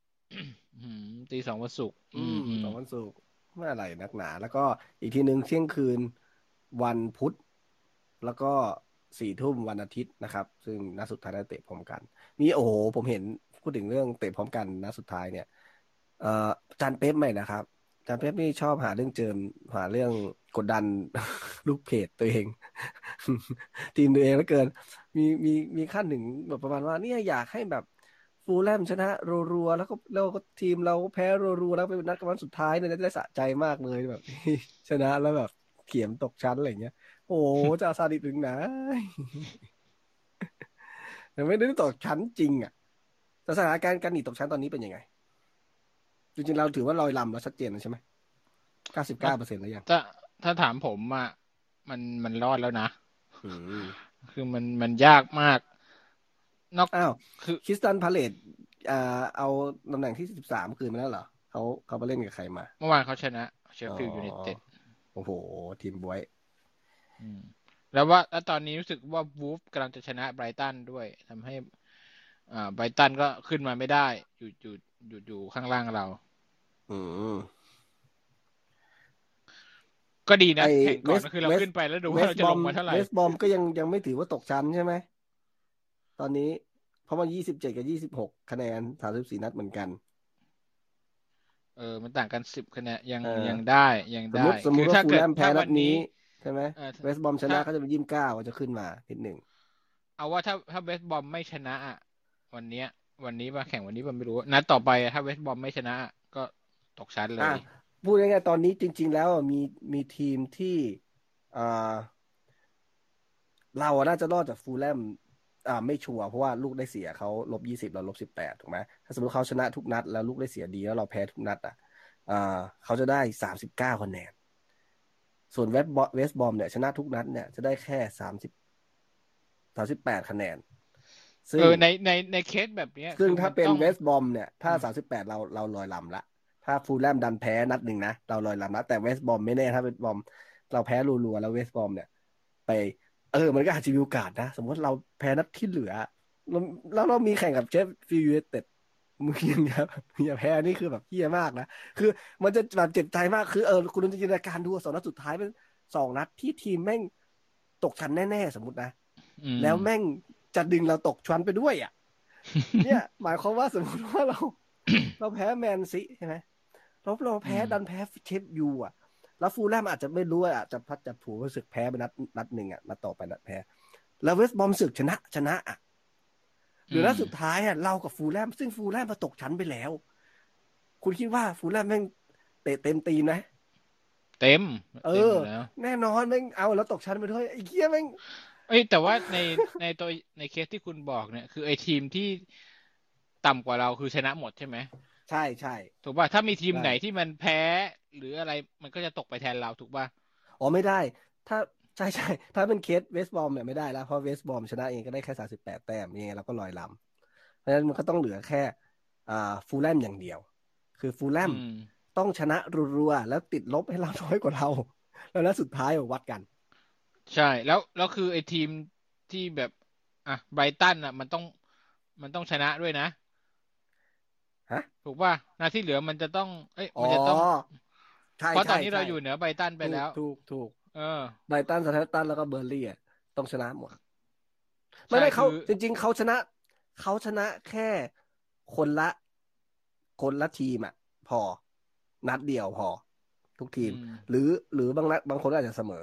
ตี 2วันศุกร์สองวันศุกร์ไม่อะไรนักหนาแล้วก็อีกทีหนึ่งเที่ยงคืนวันพุธแล้วก็4 ทุ่มวันอาทิตย์นะครับซึ่งนัดสุดท้ายได้เตะพร้อมกันมีโอ้โหผมเห็นพูดถึงเรื่องเตะพร้อมกันนัดสุดท้ายเนี่ยเอ่อจานเป๊ปใหม่นะครับจานเป๊ปนี่ชอบหาเรื่องเจิมหาเรื่องกดดันลูกเพจตัวเองทีมตัวเองแล้วเกินมีขั้นหนึ่งแบบประมาณว่าเนี่ยอยากให้แบบ ฟูลแลมชนะรัวๆแล้วก็ทีมเราแพ้รัวๆแล้วไปนัดกันวันสุดท้ายเนี่ยจะได้สะใจมากเลยแบบชนะแล้วแบบเขียมตกชั้นอะไรอย่างเงี้ยโอ้โหจะเอาซาดิสถึงไหนแต่ไม่ได้ตกชั้นจริงอ่ะแต่สถานการณ์การหนีตกชั้นตอนนี้เป็นยังไงจริงๆเราถือว่าลอยลำแล้วชัดเจนแล้วใช่ไหม 99%แล้วยังถ้าถ้าถามผมอ่ะมันรอดแล้วนะอืมคือมันยากมากนอกอ้าวคือคริสตันพาเลตอ่าเอาตำแหน่งที่13คืนมาแล้วเหรอเขาไปเล่นกับใครมาเมื่อวานเขาชนะเชอ๋ฟฟิลด์ยูไนเต็ดอโอ้โหทีมบวยอืมแล้วตอนนี้รู้สึกว่าวูฟกำลังจะชนะไบรตันด้วยทำให้ไบรตันก็ขึ้นมาไม่ได้อยู่ข้างล่างเราอืมก็ดีไอนะแข่งก่อนก็คือเราเวสขึ้นไปแล้วดูว่าเราจะบอมลงมาเท่าไหร่ก็ยังไม่ถือว่าตกชั้นใช่ไหมตอนนี้เพราะมัน27กับ26 คะแนน34 นัดเหมือนกันมันต่างกัน10 คะแนนเออยังได้สมมุติว่าคือถ้าเกิดฟูลแลมแพ้ถ้าวันนี้นัดนี้ใช่ไหมเออเวสต์บอมชนะถ้าก็จะเป็น29ก็จะขึ้นมานิดหนึ่งเอาว่าถ้าเวสต์บอมไม่ชนะอะวันเนี้ยวันนี้มาแข่งวันนี้ผมไม่รู้นัดต่อไปถ้าเวสต์บอมไม่ชนะอะก็ตกชั้นเลอ่ะยพูดง่ายๆตอนนี้จริงๆแล้วมีทีมที่อ่า เราอะน่าจะรอดจากฟูลแลมไม่ชัวร์เพราะว่าลูกได้เสียเขา-20เรา-18ถูกไหมถ้าสมมติเขาชนะทุกนัดแล้วลูกได้เสียดีแล้วเราแพ้ทุกนัดอ่าเขาจะได้39 คะแนนส่วนเวสต์บอมเนี่ยชนะทุกนัดเนี่ยจะได้แค่38 คะแนนซึ่งในเคสแบบเนี้ยคือถ้าเป็นมันต้องเวสต์บอมเนี่ยถ้าอืม 38เราลอยลำละถ้าฟูลแลมดันแพ้นัดหนึ่งนะเราลอยลำละแต่เวสต์บอมไม่แน่ถ้าเวสต์บอมเราแพ้รัวๆแล้วเวสต์บอมเนี่ยไป มันก็อาจจะมีโอกาสนะสมมติเราแพ้นัดที่เหลือเราแล้วเรามีแข่งกับเชฟฟิลด์ยูไนเต็ดมึงอย่าแพ้นี่คือแบบเหี้ยมากนะคือมันจะแบบเจ็บใจมากคือคุณจินตนาการดู2 นัดสุดท้ายเป็น2 นัดที่ทีมแม่งตกชั้นแน่ๆสมมตินะอืมแล้วแม่งจะดึงเราตกชั้นไปด้วยอ่ะเนี่ยหมายความว่าสมมติว่าเราแพ้แมนซีใช่ไหมเราอืแพ้มดันแพ้เชฟยูอ่ะแล้วฟูลแลมอาจจะไม่รู้อาจจะพัดจับผูรู้สึกแพ้ไปนัดหนึ่งอ่ะนัดต่อไปนัดแพ้แล้วเวสต์บอมสึกชนะอ่ะหรือนัดอืมสุดท้ายอ่ะเรากับฟูลแลมซึ่งฟูลแลมมาตกชั้นไปแล้วคุณคิดว่าฟูลแลมแม่งเตะเต็มตีนไหมเต็มเออเต็มอยู่แล้วแน่นอนแม่งเอาแล้วตกชั้นไปด้วยไอ้เหี้ยแม่งเอ้ยแต่ว่าในตัวในเคสที่คุณบอกเนี่ยคือไอ้ทีมที่ต่ำกว่าเราคือชนะหมดใช่ไหมใช่ใช่ถูกป่ะถ้ามีทีมใช่ไหนที่มันแพ้หรืออะไรมันก็จะตกไปแทนเราถูกป่ะอ๋อไม่ได้ถ้าใช่ถ้าเป็นเคสเวสต์บอมเนี่ยไม่ได้แล้วเพราะเวสต์บอมชนะเองก็ได้แค่38 แต้มยังไงเราก็ลอยลำเพราะฉะนั้นมันก็ต้องเหลือแค่อ่าฟูลแลมอย่างเดียวคือฟูลแลมอืมต้องชนะรัวๆแล้วติดลบให้เราน้อยกว่าเราแล้วนัดสุดท้ายวัดกันใช่แล้วคือไอ้ทีมที่แบบไบรตันอ่ะมันต้องชนะด้วยนะฮะถูกป่ะหน้าที่เหลือมันจะต้องอ๋อมันจะต้องใช่เพราะตใช่ใช่อนนี้เราอยู่เหนือไบรตันไปแล้วถูกเออไบรตันเซาท์แฮมป์ตันแล้วก็เบอร์นลี่อะต้องชนะหมดไม่เขาใช่คือจริงๆเขาชนะแค่คนละคนละทีมอ่ะพอนัดเดียวพอทุกทีมอืมหรือบางนัดบางคนก็อาจจะเสมอ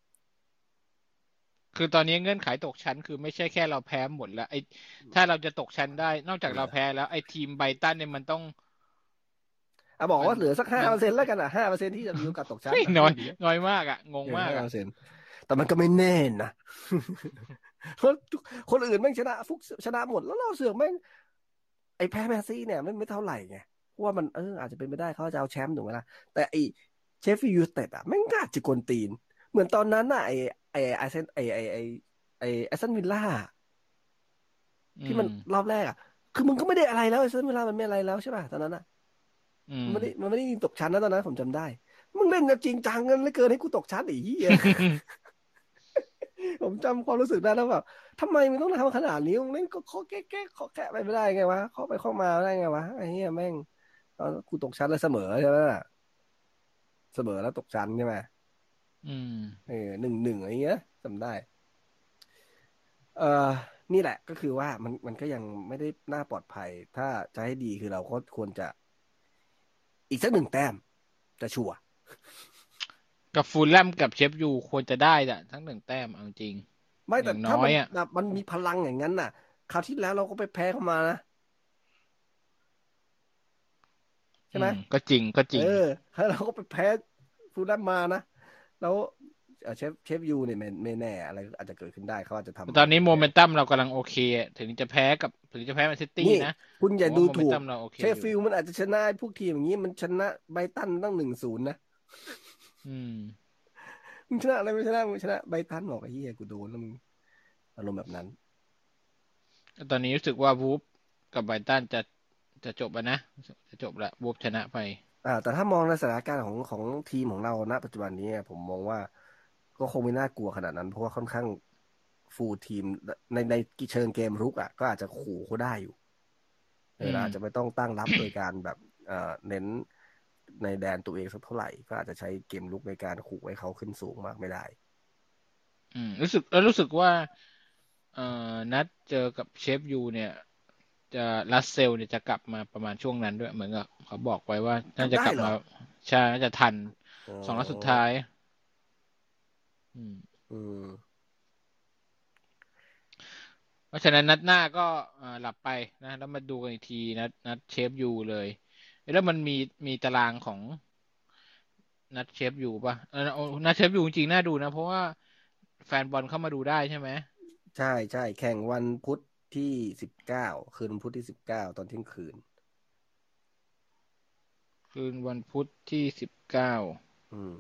คือตอนนี้เงื่อนไขตกชั้นคือไม่ใช่แค่เราแพ้หมดแล้วถ้าเราจะตกชั้นได้นอกจากเราแพ้แล้วไอ้ทีมไบรตันเนี่ยมันต้องบอกมันว่าเหลือสักห้ามันเปอร์เซ็นต์แล้วกันอ่ะ5%ที่จะมีโอกาสตกชั้นเฮ้ยอ่ะน้อยพูดอย่างเงี้ยน้อยมากอ่ะงงมากอ่ะ 5%แต่มันก็ไม่แน่นะเพราะคนอื่นแม่งชนะฟุกชนะหมดแล้วเราเสือกแม่งไอ้แพ้แมนซี่เนี่ยไม่เท่าไหร่ไงเพราะว่ามันอาจจะเป็นไปได้เขาจะเอาแชมป์ถูกไหมล่ะแต่ไอ้เชฟฟี่ยูไนเต็ดอ่ะแม่งก็อาจจะกวนตีนเหมือนตอนนั้นน่ะไอเซนไอแอสตันวิลล่าอืมที่มันรอบแรกอ่ะคือมึงก็ไม่ได้อะไรแล้วแอสตันวิลล่ามันไม่อะไรแล้วใช่ป่ะตอนนั้นอ่ะอืมมันไม่ได้ตกชั้นนะตอนนั้นผมจำได้มึงเล่นกันจริงจังกันเหลือเกินให้กูตกชั้นอีกเหี้ย ผมจำความรู้สึกได้แล้วแบบทำไมมึงต้องทำขนาดนี้มึงเล่นก็ข้อแก้ข้อแก้ไปไม่ได้ไงวะข้อไปข้อมาได้ไงวะไอ้เหี้ยแม่งตอนกูตกชั้นแล้วเสมอใช่ไหมล่ะเสมอแล้วตกชั้นใช่ไหมอืม 1-1อะไรเงี้ยจำได้เออนี่แหละก็คือว่ามันก็ยังไม่ได้น่าปลอดภัยถ้าจะให้ดีคือเราก็ควรจะอีกสัก1 แต้มจะชัวร์กับฟูลแลมกับเชฟยูควรจะได้อะทั้ง1 แต้มเอาจริงไม่อย่างน้แต่ถ้ามันอยอ่ะแบบมันมีพลังอย่างนั้นน่ะคราวที่แล้วเราก็ไปแพ้เข้ามานะใช่ไหมก็จริงก็เออจริงแล้วเราก็ไปแพ้ฟูลแลมมานะแล้วเชฟยูเนี่ยไม่แน่อะไรอาจจะเกิดขึ้นได้เขาอาจจะทำอะไรแต่ตอนนี้เปลี่ยนแปลงโมเมนตัมเรากำลังโอเคอะถึงจะแพ้แมนซิตี้นี่นะคุณอย่าผมว่าโมเมนดูถูกตัมเราโอเคอยู่เชฟฟิลด์มันอาจจะชนะพวกทีมอย่างนี้มันชนะไบรตันตั้ง1-0นะอืมมึงชนะอะไรไม่ชนะมึงชนะไบรตันบอกไอ้เหี้ยกูโดนแล้วมึงอารมณ์แบบนั้นตอนนี้รู้สึกว่าวูฟกับไบรตันจะจบแล้วนะจะจบละวูฟชนะไปแต่ถ้ามองในสถานการณ์ของทีมของเราณปัจจุบันนี้ผมมองว่าก็คงไม่น่ากลัวขนาดนั้นเพราะว่าค่อนข้างฟูลทีมในเชิงเกมรุกก็อาจจะขู่เขาได้อยู่เราอืมอาจจะไม่ต้องตั้งรับโดยการแบบเน้นในแดนตัวเองสักเท่าไหร่ก็อาจจะใช้เกมรุกในการขู่ให้เขาขึ้นสูงมากไม่ได้รู้สึกว่านัดเจอกับเชฟยูเนี่ยจะรัสเซลเนี่ยจะกลับมาประมาณช่วงนั้นด้วยเหมือนกับเขาบอกไว้ว่ากลัน่าจะกลับมาบได้เหรอใช่น่าจะทันอ๋อ 2 นัดสุดท้ายอืมอืมเพราะฉะนั้นนัดหน้าก็หลับไปนะแล้วมาดูกันอีกทีนัดเชฟยูเลยแล้วมันมีตารางของนัดเชฟยูป่ะนัดเชฟยูจริงๆน่าดูนะเพราะว่าแฟนบอลเข้ามาดูได้ใช่ไหมใช่ใช่แข่งวันพุธที่19คืนวันพุธที่19ตอนเที่ยงคืนคืนวันพุธที่19 อืม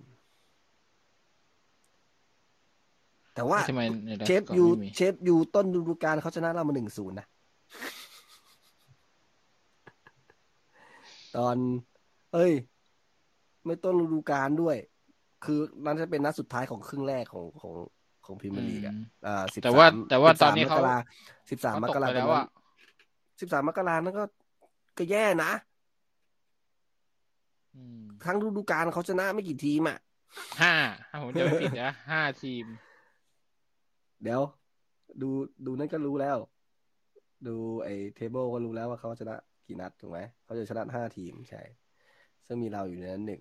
แต่ว่าทำไมในดัเชฟยูสกอร์ไม่มีเชฟยูต้นฤดูกาลเขาชนะเรามา1-0นะตอนเอ้ยไม่ต้นฤดูกาลด้วยคือนั่นจะเป็นนัดสุดท้ายของครึ่งแรกของพรีอืเมียร์ลีกมสิบแต่ว่าสามแต่ว่าสิบสามตอนนี้เขามกรา13มตกกราตอนนั้นไปแล้วอ่ะ 13 มกรานั่นก็แย่นะอืมทั้งฤดูกาลเขาชนะไม่กี่ทีมห้าถ้าผมจะไม่ผิดนะ5 ทีมเดี๋ยวดูดูนั่นก็รู้แล้วดูไอ้เทเบิลก็รู้แล้วว่าเขาชนะกี่นัดถูกไหมเขาจะชนะ5 ทีมใช่ซึ่งมีเราอยู่ในนั้นหนึ่ง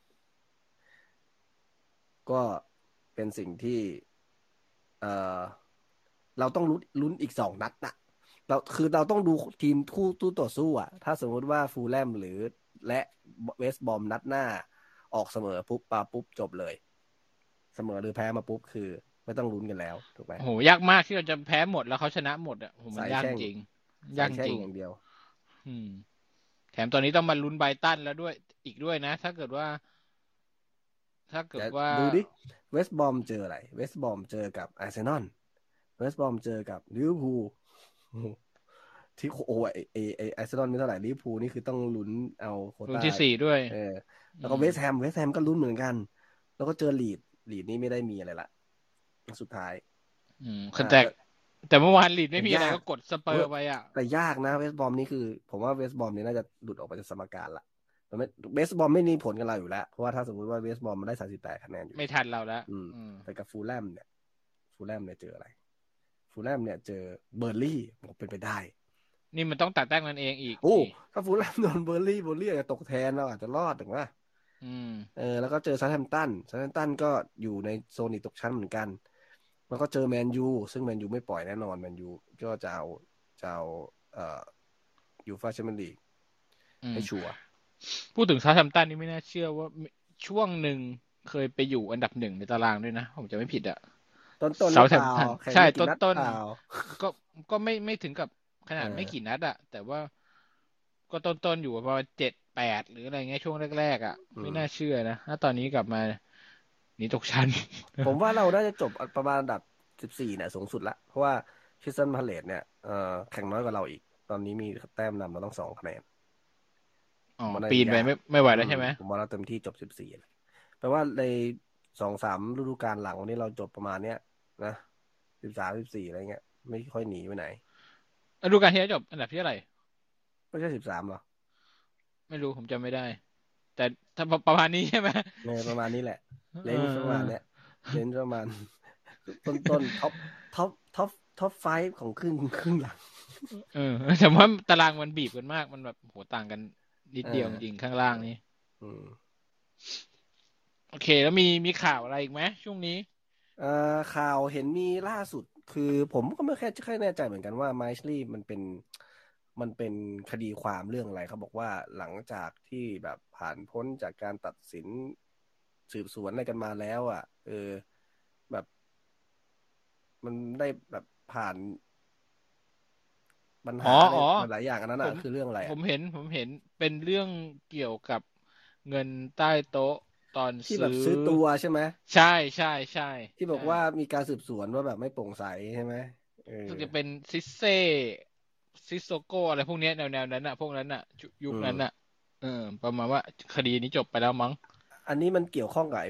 ก็เป็นสิ่งที่เอ่อเราต้องลุ้นอีก2 นัดเราต้องดูทีมคู่ต่อสู้ถ้าสมมติว่าฟูลแลมหรือและเวสต์บอมนัดหน้าออกเสมอปุ๊บปาปุ๊บจบเลยเสมอหรือแพ้มาปุ๊บคือไม่ต้องลุ้นกันแล้วถูกไหมโอ้โหยากมากที่เราจะแพ้หมดแล้วเขาชนะหมดอ่ะโหมันสายแช่งยากจริงสายแช่ยากจริงงอย่างเดียวอืมแถมตอนนี้ต้องมาลุ้นไบรตันแล้วด้วยอีกด้วยนะถ้าเกิดว่าถ้าเกิแต่ดว่าดูดิเวสต์บอมเจออะไรเวสต์บอมเจอกับอาร์เซนอลเวสต์บอมเจอกับลิเวอร์พูล ที่โอ้ไออาร์เซนอลไม่เท่าไหร่ลิเวอร์พูลนี่คือต้องลุ้นเอาโควต้าลุ้นที่สี่ด้วยเออแล้อืวก็มเวสต์แฮมก็ลุ้นเหมือนกันแล้วก็เจอลีดนี่ไม่ได้มีอะไรละสุดท้ายแต่แต่แต่เมื่อวานลีดไม่มีอะไรแต่ยากก็กดสเปอเว้ยร์ไปอ่ะแต่ยากนะเวสต์บอมนี่คือผมว่าเวสต์บอมนี่น่าจะหลุดออกไปจากสมการละมันไม่เวสต์บอมไม่มีผลกับเราอยู่แล้วเพราะว่าถ้าสมมติว่าเวสต์บอมมันได้38 คะแนนอยู่ไม่ดีทันเราแล้วอืมอืมแต่กับฟูลแลมเนี่ยเจออะไรฟูลแลมเนี่ยเจอเบอร์ลี่ผมเป็นไปได้นี่มันต้องตัดแต้มกันเองอีกโอ้นี่ถ้าฟูลแลมโดนเบอร์ลี่อาจจะตกแทนเราอาจจะรอดถึงว่าอืมแล้วก็เจอเซาท์แฮมป์ตันก็อยู่ในโซนอีกตกชั้นเหมือนกันแล้วก็เจอแมนยูซึ่งแมนยูไม่ปล่อยแน่นอนแมนยูก็จะเอาเอ่อยูฟ่าแชมเปี้ยนลีกอืมให้ชัวร์พูดถึงซาท์แฮมป์ตันนี่ไม่น่าเชื่อว่าช่วงหนึ่งเคยไปอยู่อันดับ1ในตารางด้วยนะผมจะไม่ผิดอะต้นหเซารือเปล่าท์แฮมป์ตันแข่งใช่ไม่กี่นัดต้นเปล่าก็ก็ไม่ถึงกับขเอนาดไม่กี่อนัดอะแต่ว่าก็ต้นอยู่ประมาณ7-8หรืออะไรเงี้ยช่วงแรกๆอะอืมไม่น่าเชื่อนะถ้าตอนนี้กลับมาหนีตกชั้นผมว่าเราน่าจะจบประมาณอันดับ14เนี่ยสูงสุดละเพราะว่าคริสตันพาเลตเนี่ยแข่งน้อยกว่าเราอีกตอนนี้มีแต้มนำเราต้อง2 คะแนนอ๋อผมว่าน่าปีจะยากนไปไม่ไหวแล้วใช่ไหมผมว่าเราเต็มที่จบ14นะแปลว่าใน2-3ฤดูกาลหลังวันนี้เราจบประมาณเนี้ยนะ13 14อะไรเงี้ยไม่ค่อยหนีไปไหนฤดูกาลที่แล้วจบอันดับที่เท่าไหร่ไม่ใช่13หรอไม่รู้ผมจำไม่ได้แต่ถ้าประมาณนี้ใช่ไหมประมาณนี้แหละเลเออนจ์ประเออมาณเนี้ยเลนจ์ประมาณต้นท็อปท็อปท็อปไฟว์ของครึ่งหลังเออแต่ว่าตารางมันบีบกันมากมันแบบโหต่างกันนิดเอเดียวอจริงๆข้างล่างเออนี่อืมโอเคแล้วมีข่าวอะไรอีกไหมช่วงนี้ข่าวเห็นมีล่าสุดคือผมก็ไม่ค่อยแน่ใจเหมือนกันว่าไมซ์ลี่มันเป็นคดีความเรื่องอะไรเขาบอกว่าหลังจากที่แบบผ่านพ้นจากการตัดสินสืบสวนอะไรกันมาแล้วแบบมันได้แบบผ่านปัญอ๋อหาอะไรอ๋อมาหลายอย่างอันนั้นผมคือเรื่องอะไรผมเห็นเป็นเรื่องเกี่ยวกับเงินใต้โต๊ะตอนที่แบบซื้อซื้อตัวใช่ไหมใช่ใช่ใช่ที่บอกใช่ว่ามีการสืบสวนว่าแบบไม่โปร่งใสใช่ไหมเออรู้สึกจะเป็นซิโซโกอะไรพวกเนี้ยแนวนั้นอ่ะพวกนั้นอ่ะยุอืมคนั้นอ่ะประมาณว่าคดีนี้จบไปแล้วมั้งอันนี้มันเกี่ยวข้องกับ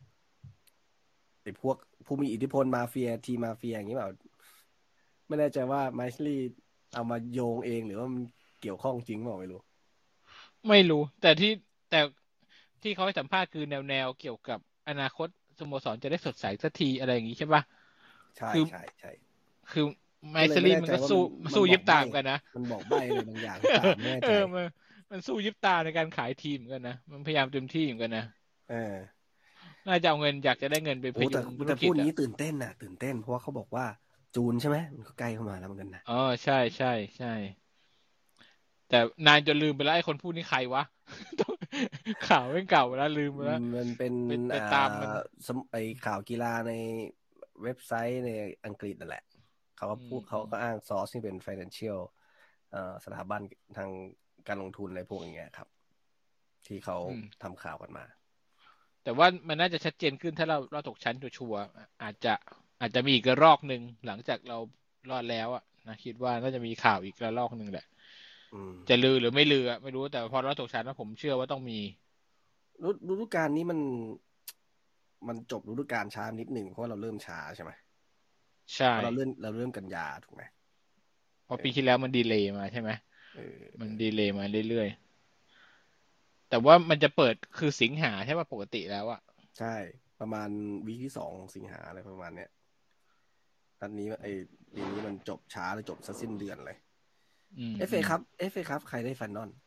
ไอ้พวกผู้มีอิทธิพลมาเฟียทีมาเฟียอย่างนี้เปล่าไม่แน่ใจว่าไมซ์ลีเอามาโยงเองหรือว่ามันเกี่ยวข้องจริงเปล่าไม่รู้ไม่รู้แต่ที่เขาให้สัมภาษณ์คือแนวเกี่ยวกับอนาคตสโมสรจะได้สดใสสักทีอะไรอย่างงี้ใช่ปะใช่คือใช่ใช่คือไมก็เลยไม่ซ์ลีมันก็สู้แน่ใจว่ามันสู้ยิบบอกใบ้ตามกันนะมันบอกใบ้อะไรบางอย่างหรือเปล่าไม่แน่เอใจอมันสู้ยิบตาในการขายทีมเหมือนกันนะมันพยายามเต็มที่เหมือนกันนะเออน่าจะเอาเงินอยากจะได้เงินไปโอ้แต่พยุงธุรแต่พูกิจอ่ะดงี้ตื่นเต้นน่ะตื่นเต้นเพราะว่าเขาบอกว่าจูนใช่ไหมมันก็ใกล้เข้ามาแล้วเหมือนกันนะอ๋อใช่ใช่ใช่แต่นายจะลืมไปแล้วไอ้คนพูดนี่ใครวะข่าวไม่เก่าแล้วลืมไปแล้วมันเป็นไปอ่าตามมันไอข่าวกีฬาในเว็บไซต์ในอังกฤษนั่นแหละเขาก็พูดเขาอืมก็อ้างซอสที่เป็น financial สถาบันทางการลงทุนอะไรพวกอย่างเงี้ยครับที่เขาอืมทำข่าวกันมาแต่ว่ามันน่าจะชัดเจนขึ้นถ้าเราตกชั้นชัวร์ๆอาจจะมีอีกระลอกหนึ่งหลังจากเรารอดแล้วอ่ะนะคิดว่าน่าจะมีข่าวอีกระลอกหนึ่งแหละอืมจะลือหรือไม่ลืออะไม่รู้แต่พอเราตกชั้นแล้วผมเชื่อว่าต้องมีฤดูกาลนี้มันจบฤดูกาลช้านิดหนึ่งเพราะว่าเราเริ่มช้าใช่ไหมใช่เพราะเราเริ่มกันยาถูกไหมเพราะปีเออที่แล้วมันดีเลย์มาใช่ไหมเอมันอดีเลย์มาเรื่อยๆแต่ว่ามันจะเปิดคือสิงหาใช่ป่ะปกติแล้วอ่ะใช่ประมาณวีคที่2 สิงหาอะไรประมาณเนี้ยนัดนี้ปีนี้มันจบช้าเลยจบซะสิ้นเดือนเลยอืมเอฟเอครับใครได้ฟันนอล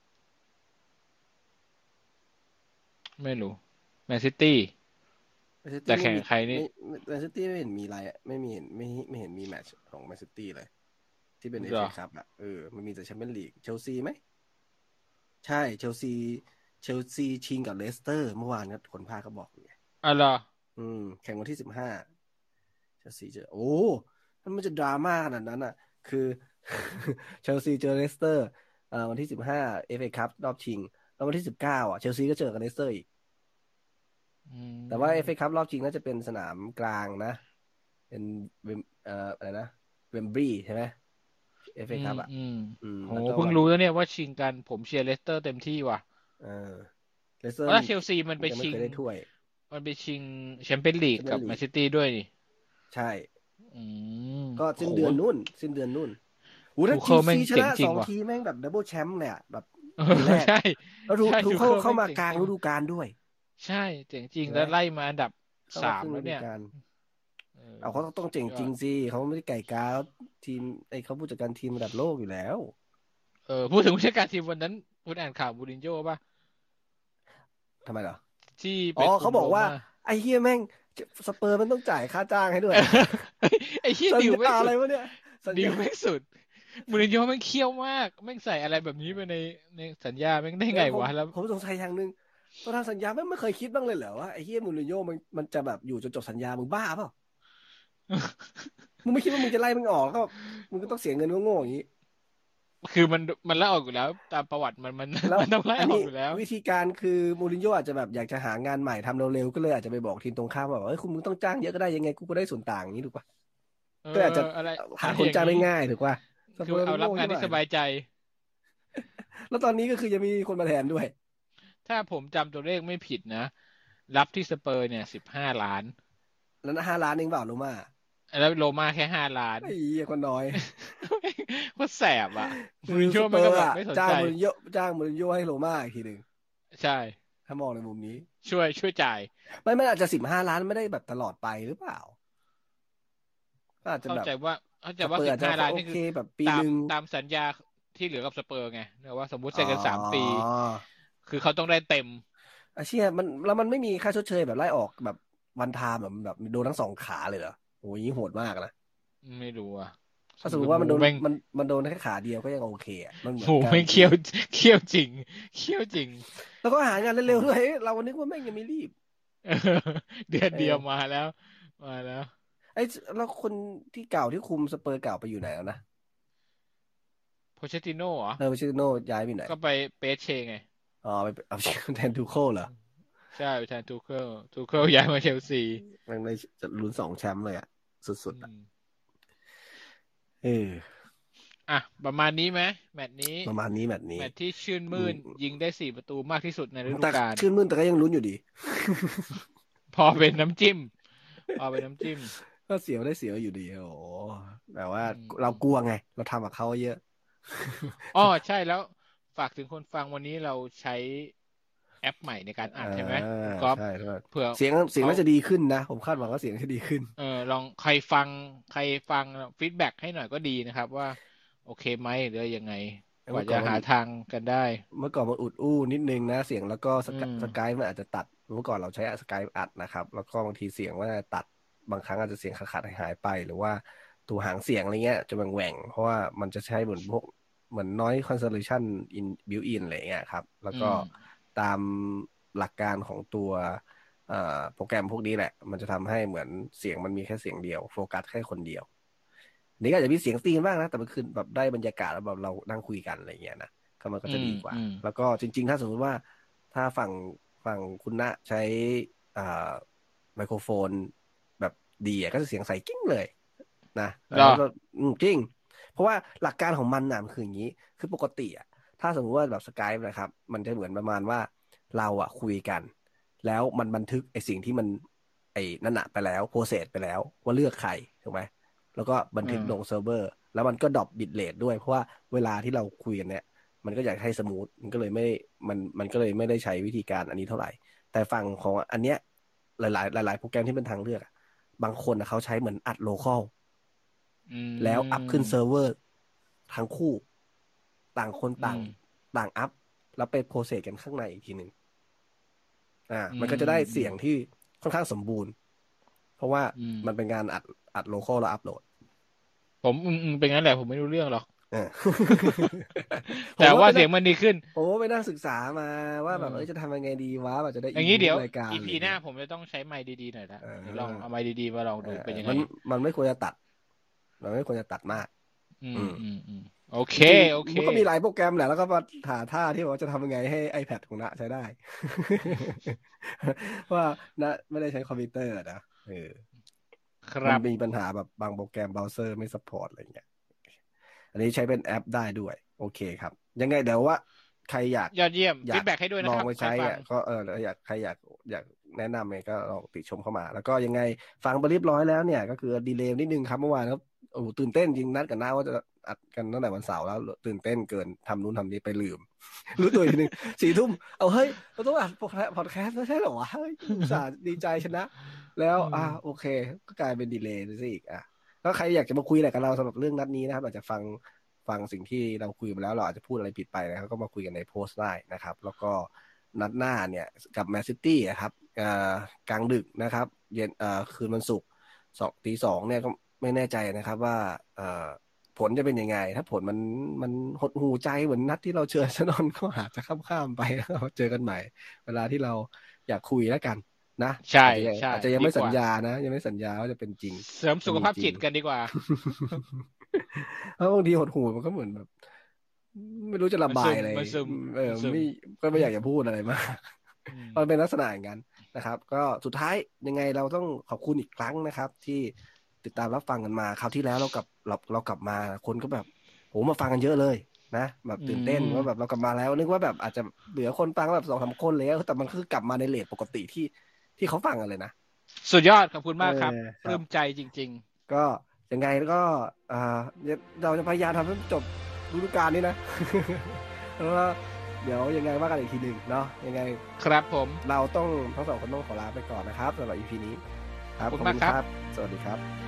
ไม่รู้แมนซิตี้แมนซิแต่ตี้ไม่มีแข่งใครนี่แมนซิตี้ไม่เห็นมีอะไรอะไม่เห็นมีแมตช์ของแมนซิตี้เลยที่เป็นเอเหรอฟเอครับอะมันมีแต่แชมเปี้ยนลีกเชลซีไหมใช่เชลซีชิงกับเลสเตอร์เมื่อวานก็คนพากย์เขาบอกอยู่ไงอ๋อเหรอแข่งวันที่15เชลซีเจอโอ้ถ้ามันจะดราม่าขนาดนั้นอ่ะคือเชลซีเจอเลสเตอร์วันที่15เอฟเอคัพรอบชิงแล้ววันที่19อ่ะเชลซีก็เจอกับเลสเตอร์อีกอืแต่ว่าเอฟเอคัมพรอบชิงน่าจะเป็นสนามกลางนะเป็นเวมอะไรนะเวมบรีใช่ไหมเอฟอืมเอคัพอ่ะอืมโหแล้วก็วันเพิ่งรู้แล้วเนี่ยว่าชิงกันผมเชียร์เลสเตอร์เต็มที่ว่ะเออเลสเตอร์เพราะถ้าเชลซีมันไปยังไม่ชิงเคยได้ถ้วยมันไปชิงแชมเปี้ยนลีแชมเปี้ยนลีกกกับแมนซิตี้ด้วยนี่ใช่อืมก็โหสิ้นเดือนนู่นโหถ้าทูเคิลแม่งทีมซีชเจ๋งจริงว่ะนะ2 ทีแม่งแบบดับเบิลแชมป์เลยอ่ะแบบเออปีแรกใช่แล้วใช่ทูเข้าทูเคิลเข้ามากลางแม่งเจ๋งจริงฤดูกาลด้วยใช่เจ๋งจริงเห็นไหมแล้วไล่มาอันดับสาเข้ามาครึ่งมแล้วเนี่ยฤดูกาลเอเอาอเขาต้องเจ๋งสุดยอดจริงสิเขาไม่ได้ไก่กาทีมเขาผู้จัดการทีมระดับโลกอยู่แล้วพูดถึงผู้จัดการทีมวันนั้นคุณอ่านข่าวบูรินโญ่ป่ะทำไมเหรอที่อ๋อไปคุเขาบอกว่ามโรม่าไอ้เฮียแม่งสเปอร์มันต้องจ่ายค่าจ้างให้ด้วยไอ้เหี้ยสัญญาดิวแม่งสุดอะไรวะเนี่ยสัญดิวญาแม่งสุดมูรินโญ่แม่งเคี่ยวมากแม่งใส่อะไรแบบนี้ไปในสัญญาแม่งได้เดี๋ยวผมไงวะแล้วผมสงสัยอย่างหนึ่งตอนทำสัญญาไม่เคยคิดบ้างเลยเหรอว่าไอ้เฮียมูรินโญ่มันจะแบบอยู่จนจบสัญญามึงบ้าเปล่ามึงไม่คิดว่ามึงจะไล่มึงออกก็มึงก็ต้องเสียเงินโง่ๆอย่างนี้คือมันไล่ออกอยู่แล้วตามประวัติมันแล้วมันต้องไล่อันนี้ออกอยู่แล้ววิธีการคือมูรินโญ่อาจจะแบบอยากจะหางานใหม่ทำเร็วๆก็เลยอาจจะไปบอกทีมตรงข้ามว่าเฮ้ยคุณมึงต้องจ้างเยอะก็ได้ยังไงกูก็ได้ส่วนต่างอย่างนี้ถูกปะเออก็อาจจะอะไรหาคนอะไรอย่างนี้จ้างได้ง่ายถูกปะสคือเอาเปอร์มันโง่รับงานที่ใช่ไหมสบายใจแล้วตอนนี้ก็คือจะมีคนมาแทนด้วยถ้าผมจำตัวเลขไม่ผิดนะรับที่สเปอร์เนี่ย15 ล้านแล้ว5 ล้านเองเปล่ารู้มาแล้วโรม่าแค่5 ล้านไอ้เหี้ยคนน้อยก็แสบอ่ะมูคือรินสโญ่มันก็แบบเปอร์อ่ะไม่สนใจจ้างมูรินโญ่ให้โรม่าอีกทีหนึ่งใช่ถ้ามองในมุมนี้ช่วยจ่ายไม่อาจจะ15 ล้านไม่ได้แบบตลอดไปหรือเปล่าก็อาจจะแบบเข้าใจว่าเข้าใจสเปอร์อาจจะว่าสิบห้าล้านโอเคนี่คือแบบปีตามหนึ่งตามสัญญาที่เหลือกับสเปอร์ไงเรียกว่าสมมุติอ๋อเซ็นกัน3 ปีคือเขาต้องได้เต็มอาเชียแล้วมันไม่มีค่าชดเชยแบบไล่ออกแบบวันไทม์แบบโดนทั้ง2 ขาเลยเหรอโอ้ยโหดมากนะไม่รู้อ่ะถ้าสมมติว่ามันโดนหมูแม่งมันโดนแค่ขาเดียวก็ยังโอเคอ่ะมันเหมืโหอนการที่ไม่งเคี่ยวเคี่ยวจริงเคี่ยวจริงแล้วก็หางานโอ้เร็วๆด้วยเรานึกว่าแม่งยังไม่รีบเออเดือนเดียวเออมาแล้วไอ้แล้วคนที่เก่าที่คุมสเปอร์เก่าไปอยู่ไหนแล้วนะโพเชตติโน่เหรอไปชื่อโน่ย้ายไปไหนก็ไปเปเชไงอ๋อไปเอาชื่อแทนทูโคเหรอใช่ประธานทูเคิลย้ายมาเชลซีแม่งได้จะลุ้น2 แชมป์เลยอ่ะสุดๆอ่ะเอออ่ะประมาณนี้ไหมแมตช์นี้ประมาณนี้แมตช์นี้แมตช์ที่ชื่นอืมื่นมยิงได้4 ประตูมากที่สุดในฤดูแต่กาลชื่นมื่นแต่ก็ยังลุ้นอยู่ดีพอเป็นน้ำจิ้มพอเป็นน้ำจิ้มก็เสียวได้เสียวอยู่ดีโอ้โหแต่ว่าอืเรากมลัวไงเราทำกับเขาเยอะอ๋อใช่แล้วฝากถึงคนฟังวันนี้เราใช้แอปใหม่ในการอ่าอัดใช่ไหมคุณก๊อฟใช่ใช่เผื่อเสียงเขาน่าจะดีขึ้นนะผมคาดหวังว่าเสียงจะดีขึ้นลองใครฟังฟีดแบ็กให้หน่อยก็ดีนะครับว่าโอเคไหมหรือยังไงกว่าจะเมื่อก่อนมันหาทางกันได้มันอุดอู้นิดนึงนะเสียงแล้วก็อืมสกายมันอาจจะตัดเมื่อก่อนเราใช้สกายอัดนะครับแล้วก็บางทีเสียงว่าตัดบางครั้งอาจจะเสียงขาดหายไปหรือว่าตัวหางเสียงอะไรเงี้ยจะแหว่งเพราะว่ามันจะใช้เหมือนพวกเหมือน noise cancellation in built in อะไรเงี้ยครับแล้วก็อืมตามหลักการของตัวโปรแกรมพวกนี้แหละมันจะทำให้เหมือนเสียงมันมีแค่เสียงเดียวโฟกัสแค่คนเดียวนี่ก็อาจจะมีเสียงตีนบ้างนะแต่มันคือแบบได้บรรยากาศแล้วแบบเรานั่งคุยกันอะไรเงี้ยนะก็มันก็อืมจะดีกว่าอืมแล้วก็จริงๆถ้าสมมติว่าถ้าฝั่งคุณณใช้อ่าไมโครโฟนแบบดีอะก็จะเสียงใสกิ้งเลยนะเหรอแล้วก็จริงเพราะว่าหลักการของมันน่ะมันคืออย่างนี้คือปกติอะถ้าสมมติว่าแบบสกายนะครับมันจะเหมือนประมาณว่าเราอะคุยกันแล้วมันบันทึกไอ้สิ่งที่มันไอ้นั่นอะไปแล้วโปรเซสไปแล้วว่าเลือกใครถูกไหม แล้วก็บันทึกลงเซิร์ฟเวอร์แล้วมันก็ดรอปบิตเรทด้วยเพราะว่าเวลาที่เราคุยกันเนี่ยมันก็อยากให้สมูทมันก็เลยไม่มันก็เลยไม่ได้ใช้วิธีการอันนี้เท่าไหร่แต่ฝั่งของอันเนี้ยหลายโปรแกรมที่เป็นทางเลือกอะบางคนเขาใช้เหมือนอัดโลคอลอืแล้วอัพขึ้นเซิร์ฟมเวอร์ทั้งคู่ต่างคนต่างอืมต่างอัพแล้วไปโปรเซสกันข้างในอีกทีหนึ่งอืมันก็จะได้มอืมเสียงที่ค่อนข้างสมบูรณ์เพราะว่าอืมมันเป็นการอัดโลคอลแล้วอัพโหลดผมเป็นงั้นแหละผมไม่รู้เรื่องหรอกเออ ผแต่มว่าไปนั่งว่าเสียงมันดีขึ้นไปนั่งศึกษามาเอว่าแบบอจะทำยังไงดีวะแบบจะได้อินทุกอย่างนี้เดี๋ยวรายการอะไร EP หน้าเงี้ยผมจะต้องใช้ไมค์ดีๆหน่อยละเอเดี๋ยวลองอเอาไมค์ดีๆมาลองเออดูเป็นยังไงมันไม่ควรจะตัดมันไม่ควรจะตัดมากอืมอืมอืมอืมโอเคจริงโอเคๆมันก็มีหลายโปรแกรมแหละแล้วก็มาหาท่าที่ว่าจะทำยังไงให้ iPad ของณใช้ได้ ว่าณไม่ได้ใช้คอมพิวเตอร์นะเออมันครับมีปัญหาแบบบางโปรแกรมเบราว์เซอร์ไม่ซัพพอร์ตอะไรเงี้ยอันนี้ใช้เป็นแอปได้ด้วยโอเคครับยังไงเดี๋ยวว่าใครยอดเยี่ยมอยากฟีดแบ็กให้ด้วยนะครับลองไปใช้ใครฟังอ่ะก็แล้วใครอยากแนะนำไงก็ลองติชมเข้ามาแล้วก็ยังไงฟังไปเรียบร้อยแล้วเนี่ยก็คือดีเลย์นิดนึงครับเมื่อวานครับโอ้โหตื่นเต้นจริงนัดกันหน้าว่าจะอัดกันตั้งแต่วันเสาร์แล้วตื่นเต้นเกินทำนู้นทำนี้ไปลืมรู้ตัวอีกทีนึง4 ทุ่มเอาเฮ้ยเราต้องอัดพอดแคสต์ไม่ใช่เหรอวะเฮ้ยอุตส่าห์ดีใจชนะแล้วอืมโอเคก็กลายเป็นดีเลย์ซะอีกก็ใครอยากจะมาคุยอะไรกับเราสำหรับเรื่องนัดนี้นะครับอาจจะฟังสิ่งที่เราคุยมาแล้วเราอาจจะพูดอะไรผิดไปนะครับก็มาคุยกันในโพสต์ได้นะครับแล้วก็นัดหน้าเนี่ยกับแมนซิตี้ครับกลางดึกนะครับเย็นคืนวันศุกร์2 ตี 2เนี่ยก็ไม่แน่ใจนะครับว่าผลจะเป็นยังไงถ้าผลมันหดหูใจเหมือนนัดที่เราเจออาร์เซนอลก็อาจจะข้ามไปแล้วเราเจอกันใหม่เวลาที่เราอยากคุยแล้วกันนะใช่ใช่อาจจะยังไม่สัญดีกว่าญานะยังไม่สัญญาว่าจะเป็นจริงเสริมสุขภาพจะมีจริงจิตกันดีกว่าเพราะบางทีหดหูมันก็เหมือนแบบไม่รู้จะระมันซึมบายอะไรมันซึมเออมันซึมไม่ก็ไม่อยากจะพูดอะไรมากอืมมันเป็นลักษณะอย่างนั้นนะครับก็สุดท้ายยังไงเราต้องขอบคุณอีกครั้งนะครับที่ติดตามรับฟังกันมาคราวที่แล้วเรากลับมาคนก็แบบโหมาฟังกันเยอะเลยนะแบบอืตื่นเต้นว่าแบบมเรากลับมาแล้วนึกว่าแบบอาจจะเหลือคนฟังแบบ2-3 คนเลยแต่มันคือกลับมาในเรทปกติที่เขาฟังกันเลยนะสุดยอดขอบคุณเออมากครับปครับลื้มใจจริงก็ยังไงก็อ่าเราจะพยายามทำให้จบฤดูกาลนี้นะ แล้วก็เดี๋ยวยังไงว่ากันอีกทีหนึ่งเนาะยังไงๆครับผมเราต้องทั้ง 2 คนต้องขอลาไปก่อนนะครับสำหรับ EP นี้คขอบรับคุณมากครับขอบคุณครับสวัสดีครับ